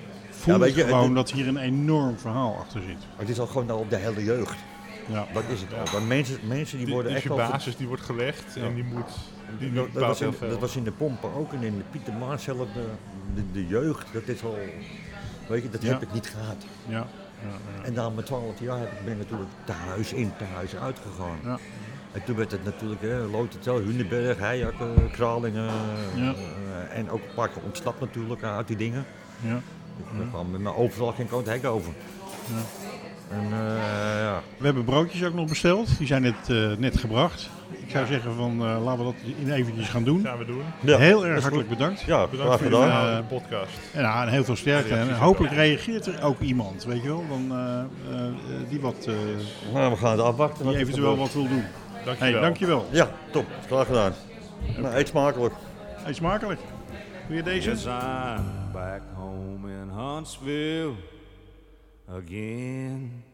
D: voelt
B: Ja, weet je,
D: gewoon
B: het-
D: dat hier een enorm verhaal achter zit.
B: Het is al gewoon al op de hele jeugd.
D: Ja.
B: Dat is het al. Want mensen, mensen die
A: Die,
B: worden
A: dus
B: echt
A: je
B: al...
A: basis die wordt gelegd
B: Ja.
A: en die moet... Die
B: dat, dat,
A: bepaalt
B: was in,
A: heel veel.
B: dat was in de pompen ook en in de Pieter Maas zelf, de, de, de jeugd. Dat is al... Weet je, dat
D: Ja.
B: heb ik niet gehad.
D: Ja. Ja. Ja.
B: En dan met twaalf jaar heb ik ben natuurlijk te huis in, te huis uitgegaan.
D: Ja.
B: En toen werd het natuurlijk, hè, Lotentel, Hunenberg, Heijakken, Kralingen.
D: Ja.
B: Uh, en ook een paar keer ontsnapt natuurlijk uit die dingen.
D: Ja.
B: Ik kwam met mijn overal geen koud hek over.
D: Ja.
B: En uh, ja.
D: We hebben broodjes ook nog besteld. Die zijn net, uh, net gebracht. Ik zou zeggen van uh, laten we dat in eventjes gaan doen.
A: gaan we doen.
B: Ja,
D: Heel
B: dat
D: erg
B: is
D: hartelijk
B: goed.
D: bedankt.
B: Ja,
A: Bedankt
B: graag
A: voor jullie
B: gedaan.
A: verhaal in
D: Eh,
A: de podcast.
D: En, ja, en heel veel sterkte. En
A: Reacties
D: hopelijk
A: ook.
D: reageert er ook iemand, weet je wel, dan, uh, uh, die, wat, uh,
B: Nou, we gaan het afwachten.
D: die
B: wat er
D: eventueel
B: gebeurt.
D: wat wil doen.
A: Dankjewel.
D: Hey, dankjewel.
B: Ja, top. Graag gedaan. Nou, eet smakelijk.
D: Eet smakelijk. Wil je deze?
C: Yes, I'm back home in Huntsville again.